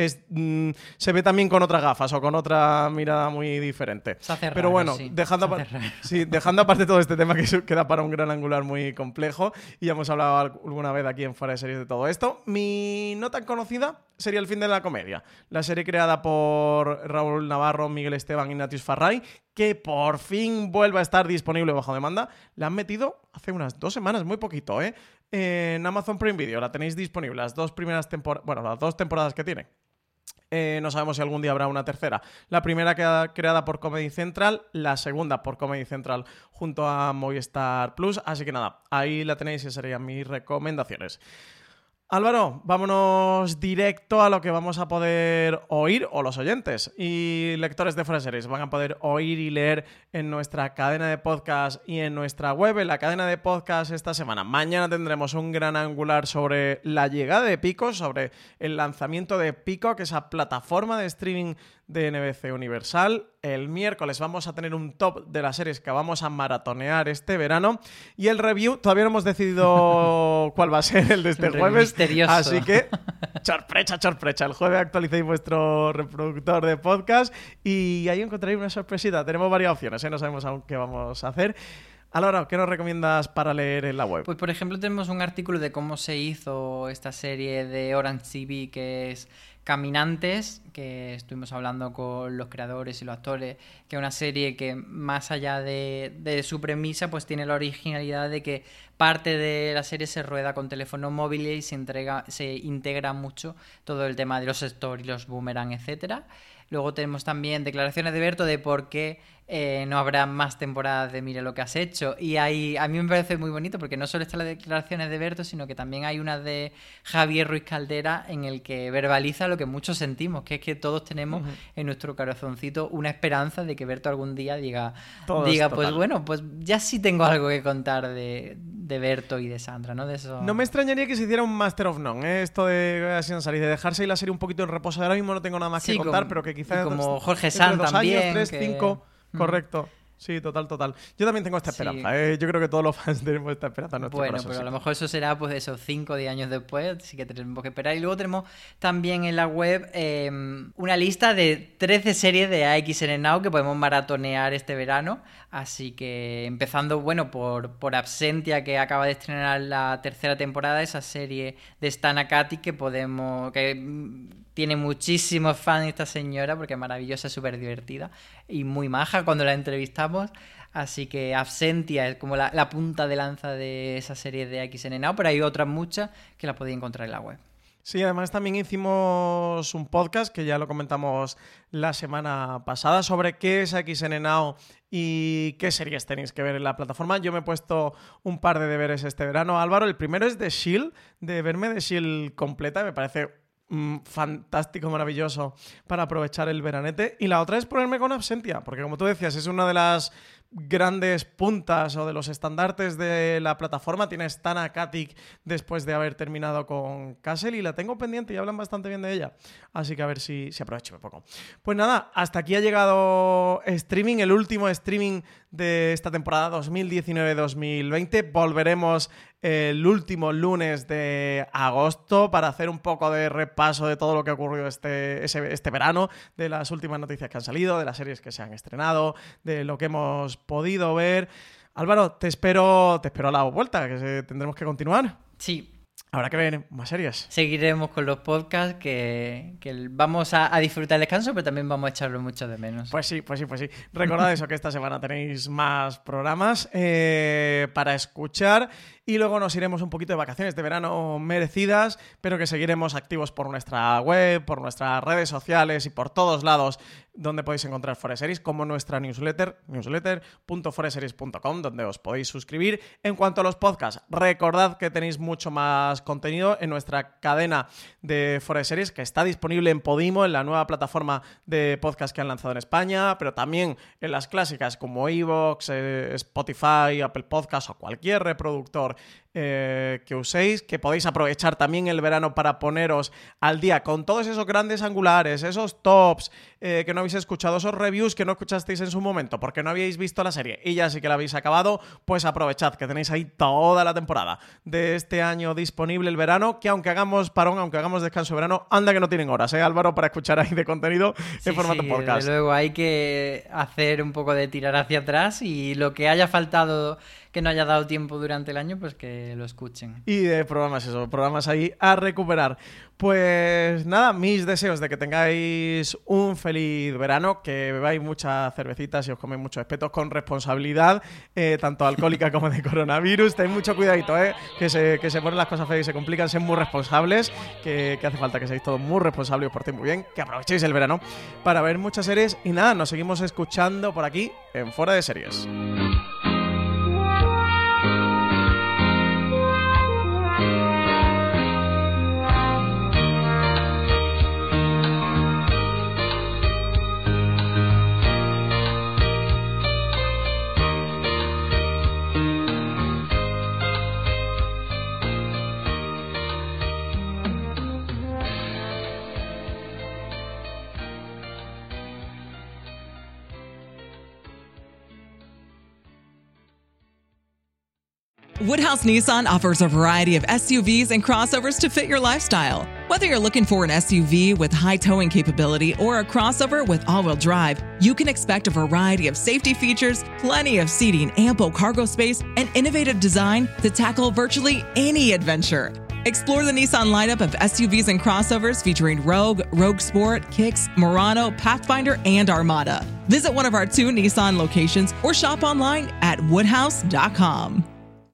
se ve también con otras gafas o con otra mirada muy diferente. Pero bueno, sí, dejando aparte todo este tema que queda para un gran angular muy complejo, y ya hemos hablado alguna vez aquí en Fuera de Series de todo esto. Mi no tan conocida sería El fin de la comedia, la serie creada por Raúl Navarro, Miguel Esteban y Ignatius Farray, que por fin vuelve a estar disponible bajo demanda. La han metido hace unas 2 semanas, muy poquito, en Amazon Prime Video. La tenéis disponible las 2 primeras temporadas, bueno, las 2 temporadas que tiene. No sabemos si algún día habrá una tercera. La primera creada por Comedy Central, la segunda por Comedy Central junto a Movistar Plus. Así que nada, ahí la tenéis y serían mis recomendaciones. Álvaro, vámonos directo a lo que vamos a poder oír, o los oyentes y lectores de Fuera de Series van a poder oír y leer en nuestra cadena de podcast y en nuestra web. En la cadena de podcast esta semana. Mañana tendremos un gran angular sobre la llegada de Peacock, sobre el lanzamiento de Peacock, esa plataforma de streaming de NBC Universal. El miércoles vamos a tener un top de las series que vamos a maratonear este verano, y el review todavía no hemos decidido cuál va a ser el de este jueves, misterioso. Así que sorpresa, el jueves actualicéis vuestro reproductor de podcast y ahí encontraréis una sorpresita. Tenemos varias opciones, no sabemos aún qué vamos a hacer. Álvaro, ¿qué nos recomiendas para leer en la web? Pues por ejemplo tenemos un artículo de cómo se hizo esta serie de Orange TV, que es Caminantes, que estuvimos hablando con los creadores y los actores, que es una serie que más allá de su premisa, pues tiene la originalidad de que parte de la serie se rueda con teléfonos móviles y se integra mucho todo el tema de los stories, los boomerang, etcétera. Luego tenemos también declaraciones de Berto de por qué no habrá más temporadas de Mira lo que has hecho. Y a mí me parece muy bonito porque no solo están las declaraciones de Berto, sino que también hay una de Javier Ruiz Caldera en el que verbaliza lo que muchos sentimos, que es que todos tenemos en nuestro corazoncito una esperanza de que Berto algún día diga pues bueno, pues ya sí tengo algo que contar de Berto y de Sandra, ¿no? De eso. No me extrañaría que se hiciera un Master of None, esto de dejarse ahí la serie un poquito en reposo. Ahora mismo no tengo nada más que contar, pero que quizás como Jorge Sanz también, 2 años, 3, 5, correcto. Sí, total. Yo también tengo esta esperanza, ¿eh? Yo creo que todos los fans tenemos esta esperanza. Bueno, pero a lo mejor eso será pues esos 5 o 10 años después, así que tenemos que esperar. Y luego tenemos también en la web una lista de 13 series de AXN Now que podemos maratonear este verano. Así que empezando, bueno, por Absentia, que acaba de estrenar la 3ª temporada, esa serie de Stan Akatic que tiene muchísimos fans esta señora porque es maravillosa, súper divertida y muy maja cuando la entrevistamos. Así que Absentia es como la punta de lanza de esa serie de AXN Now, pero hay otras muchas que las podéis encontrar en la web. Sí, además también hicimos un podcast que ya lo comentamos la semana pasada sobre qué es AXN Now y qué series tenéis que ver en la plataforma. Yo me he puesto un par de deberes este verano, Álvaro. El primero es The Shield, de verme The Shield completa, me parece fantástico, maravilloso para aprovechar el veranete. Y la otra es ponerme con Absentia, porque como tú decías, es una de las grandes puntas o de los estandartes de la plataforma. Tiene Stan Akatic después de haber terminado con Castle y la tengo pendiente y hablan bastante bien de ella. Así que a ver si aprovecho un poco. Pues nada, hasta aquí ha llegado streaming, el último streaming de esta temporada 2019-2020. Volveremos el último lunes de agosto para hacer un poco de repaso de todo lo que ha ocurrido este verano, de las últimas noticias que han salido, de las series que se han estrenado, de lo que hemos podido ver. Álvaro, te espero a la vuelta, que tendremos que continuar. Sí. Habrá que ver más series. Seguiremos con los podcasts que vamos a disfrutar el descanso, pero también vamos a echarlo mucho de menos. Pues sí. Recordad eso, que esta semana tenéis más programas para escuchar y luego nos iremos un poquito de vacaciones de verano merecidas, pero que seguiremos activos por nuestra web, por nuestras redes sociales y por todos lados donde podéis encontrar Foreseries, como nuestra newsletter.foreseries.com, donde os podéis suscribir. En cuanto a los podcasts, recordad que tenéis mucho más contenido en nuestra cadena de Foreseries, que está disponible en Podimo, en la nueva plataforma de podcast que han lanzado en España, pero también en las clásicas como iVoox, Spotify, Apple Podcasts o cualquier reproductor que uséis, que podéis aprovechar también el verano para poneros al día con todos esos grandes angulares, esos tops que no habéis escuchado, esos reviews que no escuchasteis en su momento porque no habíais visto la serie y ya sí que la habéis acabado. Pues aprovechad que tenéis ahí toda la temporada de este año disponible el verano, que aunque hagamos parón, aunque hagamos descanso de verano, anda que no tienen horas, Álvaro, para escuchar ahí de contenido en formato podcast. Desde luego hay que hacer un poco de tirar hacia atrás y lo que haya faltado, que no haya dado tiempo durante el año, pues que lo escuchen. Y de programas ahí a recuperar. Pues nada, mis deseos de que tengáis un feliz verano, que bebáis muchas cervecitas y os coméis muchos espetos con responsabilidad, tanto alcohólica como de coronavirus. Tened mucho cuidadito, que se ponen las cosas feas y se complican. Sed muy responsables, que hace falta que seáis todos muy responsables y os portéis muy bien, que aprovechéis el verano para ver muchas series. Y nada, nos seguimos escuchando por aquí en Fuera de Series. Woodhouse Nissan offers a variety of SUVs and crossovers to fit your lifestyle. Whether you're looking for an SUV with high towing capability or a crossover with all-wheel drive, you can expect a variety of safety features, plenty of seating, ample cargo space, and innovative design to tackle virtually any adventure. Explore the Nissan lineup of SUVs and crossovers featuring Rogue, Rogue Sport, Kicks, Murano, Pathfinder, and Armada. Visit one of our 2 Nissan locations or shop online at woodhouse.com.